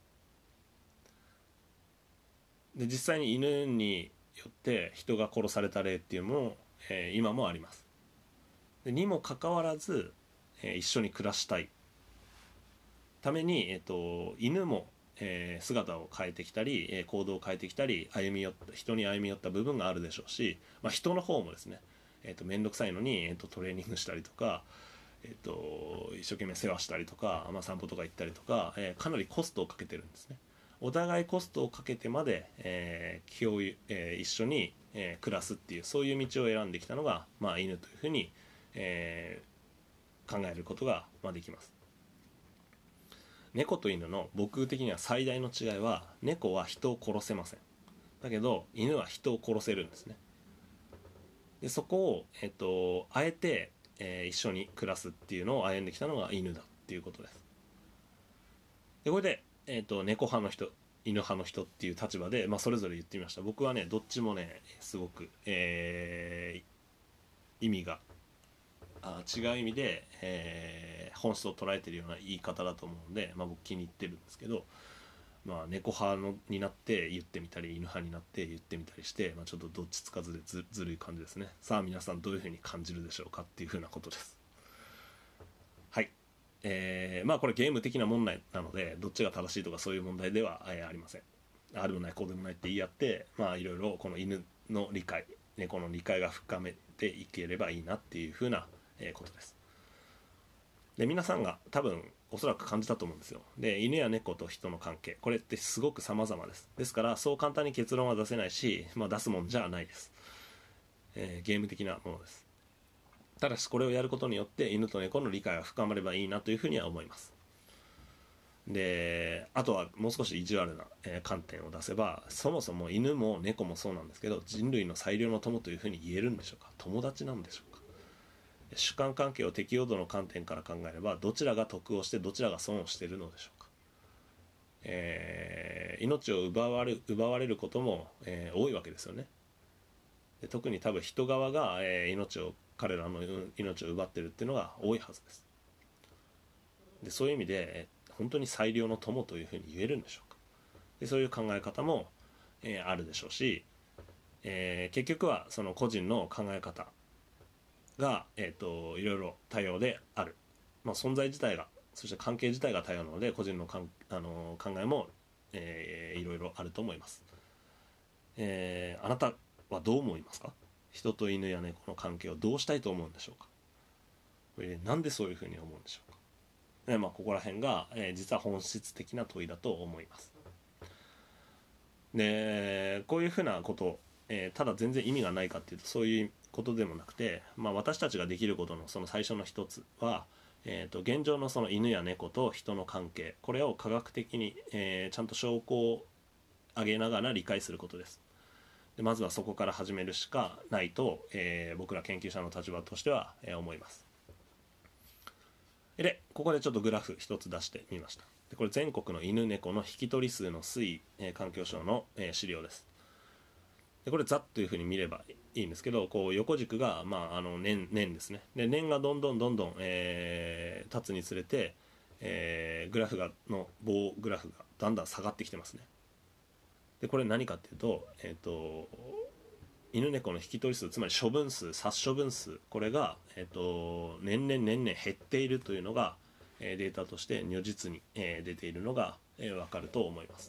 で実際に犬によって人が殺された例っていうのも、今もあります。でにもかかわらず、一緒に暮らしたいために、犬も、 姿を変えてきたり、行動を変えてきたり人に歩み寄った部分があるでしょうし、人の方もですね、面倒くさいのに、トレーニングしたりとか、一生懸命世話したりとか、散歩とか行ったりとか、かなりコストをかけてるんですね。お互いコストをかけてまで、一緒に、暮らすっていう、そういう道を選んできたのが、犬というふうに、考えることが、できます。猫と犬の僕的には最大の違いは、猫は人を殺せません。だけど犬は人を殺せるんですね。でそこを、あえて、一緒に暮らすっていうのを歩んできたのが犬だっていうことです。でこれで、猫派の人犬派の人っていう立場で、それぞれ言ってみました。僕はねどっちもねすごく、意味が違う意味で、本質を捉えているような言い方だと思うので、僕気に入ってるんですけど、猫派になって言ってみたり犬派になって言ってみたりして、ちょっとどっちつかずで ずるい感じですね。さあ皆さんどういうふうに感じるでしょうかっていうふうなことです。はい。これゲーム的な問題なのでどっちが正しいとかそういう問題では、ありません。あるもないこうでもないって言い合って、いろいろこの犬の理解猫の理解が深めていければいいなっていうふうなことです。で皆さんが多分おそらく感じたと思うんですよ。で犬や猫と人の関係、これってすごく様々です。ですからそう簡単に結論は出せないし、出すもんじゃないです。ゲーム的なものです。ただしこれをやることによって犬と猫の理解が深まればいいなというふうには思います。であとはもう少し意地悪な、観点を出せば、そもそも犬も猫もそうなんですけど、人類の最良の友というふうに言えるんでしょうか。友達なんでしょうか。主観関係を適応度の観点から考えれば、どちらが得をしてどちらが損をしているのでしょうか。命を奪われることも、多いわけですよね。で特に多分人側が、彼らの命を奪っているっていうのが多いはずです。でそういう意味で、本当に最良の友というふうに言えるんでしょうか。でそういう考え方も、あるでしょうし、結局はその個人の考え方が、いろいろ多様である、存在自体がそして関係自体が多様なので個人の考えも、いろいろあると思います。あなたはどう思いますか。人と犬や猫の関係をどうしたいと思うんでしょうか。これなんでそういうふうに思うんでしょうか。ここら辺が、実は本質的な問いだと思います。でこういうふうなことを、ただ全然意味がないかっていうとそういうことでもなくて、私たちができることのその最初の一つは、現状のその犬や猫と人の関係、これを科学的に、ちゃんと証拠を上げながら理解することです。でまずはそこから始めるしかないと、僕ら研究者の立場としては、思います。でここでちょっとグラフ一つ出してみました。でこれ全国の犬猫の引き取り数の推移、環境省の、資料です。でこれざっというふうに見ればいいんですけど、こう横軸が、年ですね。で年がどんどん、経つにつれて、棒グラフがだんだん下がってきてますね。でこれ何かっていうと、犬猫の引き取り数、つまり処分数、殺処分数、これが、年々減っているというのが、データとして如実に、出ているのが、分かると思います。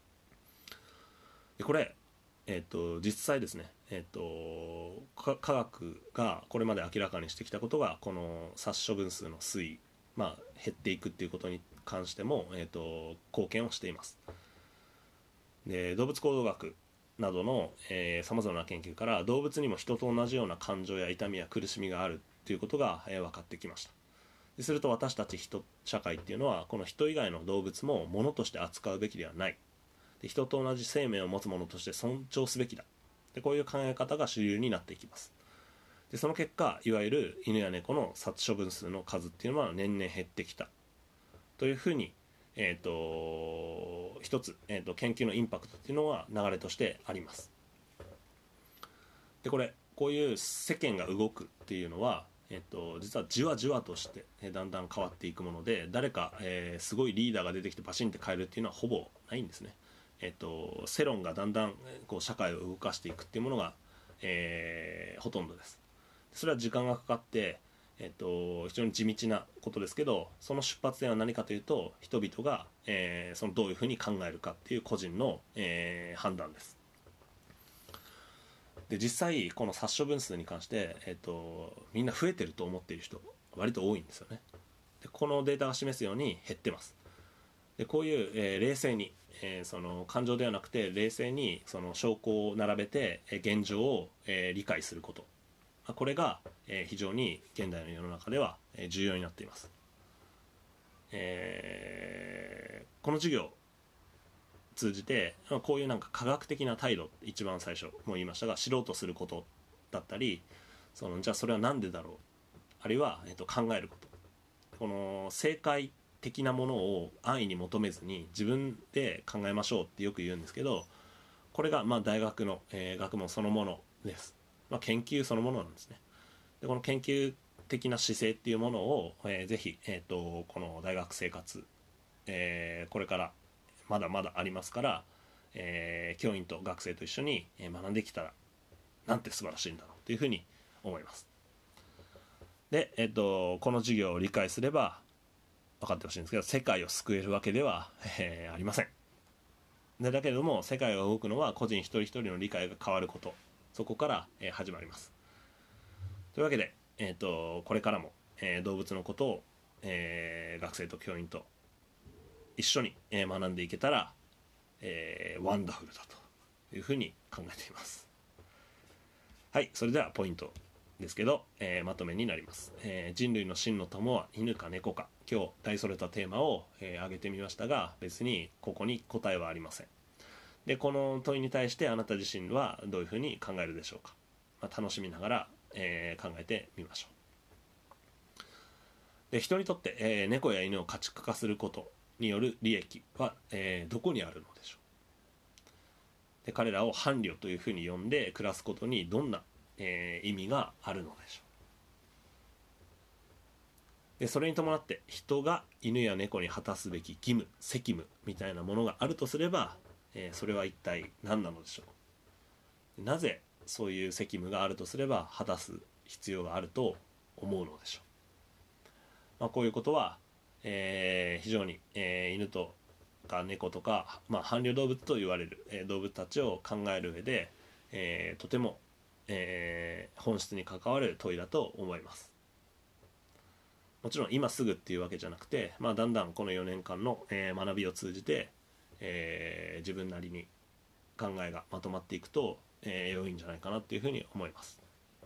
でこれ、実際ですね、科学がこれまで明らかにしてきたことがこの殺処分数の推移、減っていくっていうことに関しても、貢献をしています。で動物行動学などのさまざまな研究から動物にも人と同じような感情や痛みや苦しみがあるということが、分かってきました。ですると私たち社会っていうのはこの人以外の動物も物として扱うべきではない。で人と同じ生命を持つ者として尊重すべきだ。でこういう考え方が主流になっていきます。でその結果いわゆる犬や猫の殺処分数の数っていうのは年々減ってきたというふうに、一つ、研究のインパクトっていうのは流れとしてあります。でこういう世間が動くっていうのは、実はじわじわとしてだんだん変わっていくもので、誰か、すごいリーダーが出てきてバシンって変えるっていうのはほぼないんですね。世論がだんだんこう社会を動かしていくっていうものが、ほとんどです。それは時間がかかって、 非常に地道なことですけど、その出発点は何かというと、人々が、そのどういうふうに考えるかっていう個人の、判断です。で実際この殺処分数に関して、みんな増えてると思っている人割と多いんですよね。でこのデータが示すように減ってます。でこういう、冷静に、その感情ではなくて冷静にその証拠を並べて、現状を、理解すること、これが、非常に現代の世の中では、重要になっています。この授業を通じてこういうなんか科学的な態度、一番最初も言いましたが、知ろうとすることだったり、じゃあそれは何でだろう、あるいは、考えること、この正解的なものを安易に求めずに自分で考えましょうってよく言うんですけど、これがまあ大学の、学問そのものです。研究そのものなんですね。でこの研究的な姿勢っていうものを、ぜひ、この大学生活、これからまだまだありますから、教員と学生と一緒に学んできたらなんて素晴らしいんだろうというふうに思います。で、この授業を理解すれば分かってほしいんですけど、世界を救えるわけでは、ありません。でだけれども世界が動くのは個人一人一人の理解が変わること、そこから、始まります。というわけで、これからも、動物のことを、学生と教員と一緒に、学んでいけたら、ワンダフルだというふうに考えています。はい、それではポイントですけど、まとめになります。人類の真の友は犬か猫か、今日大それたテーマを、挙げてみましたが、別にここに答えはありません。でこの問いに対してあなた自身はどういうふうに考えるでしょうか。楽しみながら、考えてみましょう。で人にとって、猫や犬を家畜化することによる利益は、どこにあるのでしょう。で彼らを伴侶というふうに呼んで暮らすことにどんな、意味があるのでしょう。でそれに伴って人が犬や猫に果たすべき義務責務みたいなものがあるとすれば、それは一体何なのでしょう。なぜそういう責務があるとすれば果たす必要があると思うのでしょう。こういうことは、非常に、犬とか猫とか、伴侶動物と言われる、動物たちを考える上で、とても、本質に関わる問いだと思います。もちろん今すぐっていうわけじゃなくて、だんだんこの4年間の、学びを通じて、自分なりに考えがまとまっていくと、良いんじゃないかなっていうふうに思います。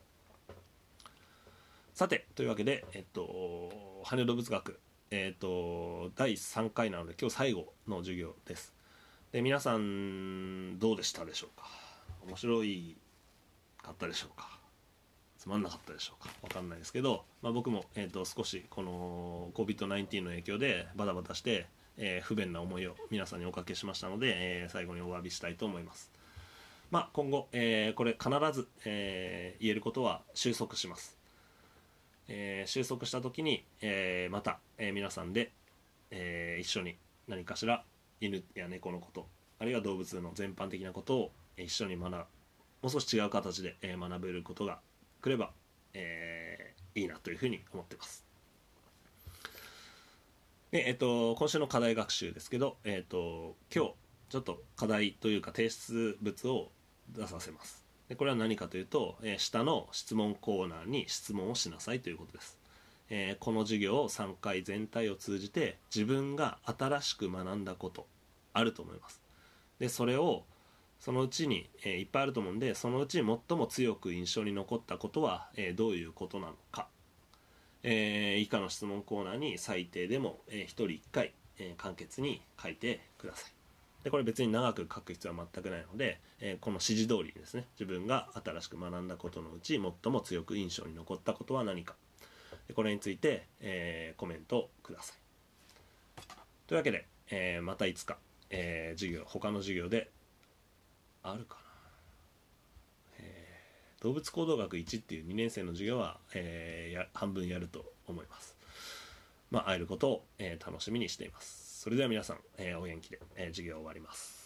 さてというわけで、伴侶動物学、第3回なので今日最後の授業です。で皆さんどうでしたでしょうか。面白いかったでしょうか、つまんなかったでしょうか、分かんないですけど、僕も、少しこの COVID-19 の影響でバタバタして、不便な思いを皆さんにおかけしましたので、最後にお詫びしたいと思います。今後、これ必ず、言えることは収束します。収束した時に、また、皆さんで、一緒に何かしら犬や猫のこと、あるいは動物の全般的なことを一緒にもう少し違う形で、学べることが来れば、いいなというふうに思っています。で、今週の課題学習ですけど、今日ちょっと課題というか提出物を出させます。でこれは何かというと、下の質問コーナーに質問をしなさいということです。この授業3回全体を通じて自分が新しく学んだことあると思います。でそれをそのうちに、いっぱいあると思うんで、そのうち最も強く印象に残ったことは、どういうことなのか、以下の質問コーナーに最低でも、1人1回、簡潔に書いてください。でこれ別に長く書く必要は全くないので、この指示通りにですね、自分が新しく学んだことのうち最も強く印象に残ったことは何か、でこれについて、コメントください。というわけで、またいつか、他の授業であるかな、動物行動学1っていう2年生の授業は、半分やると思います。会えることを、楽しみにしています。それでは皆さん、お元気で、授業を終わります。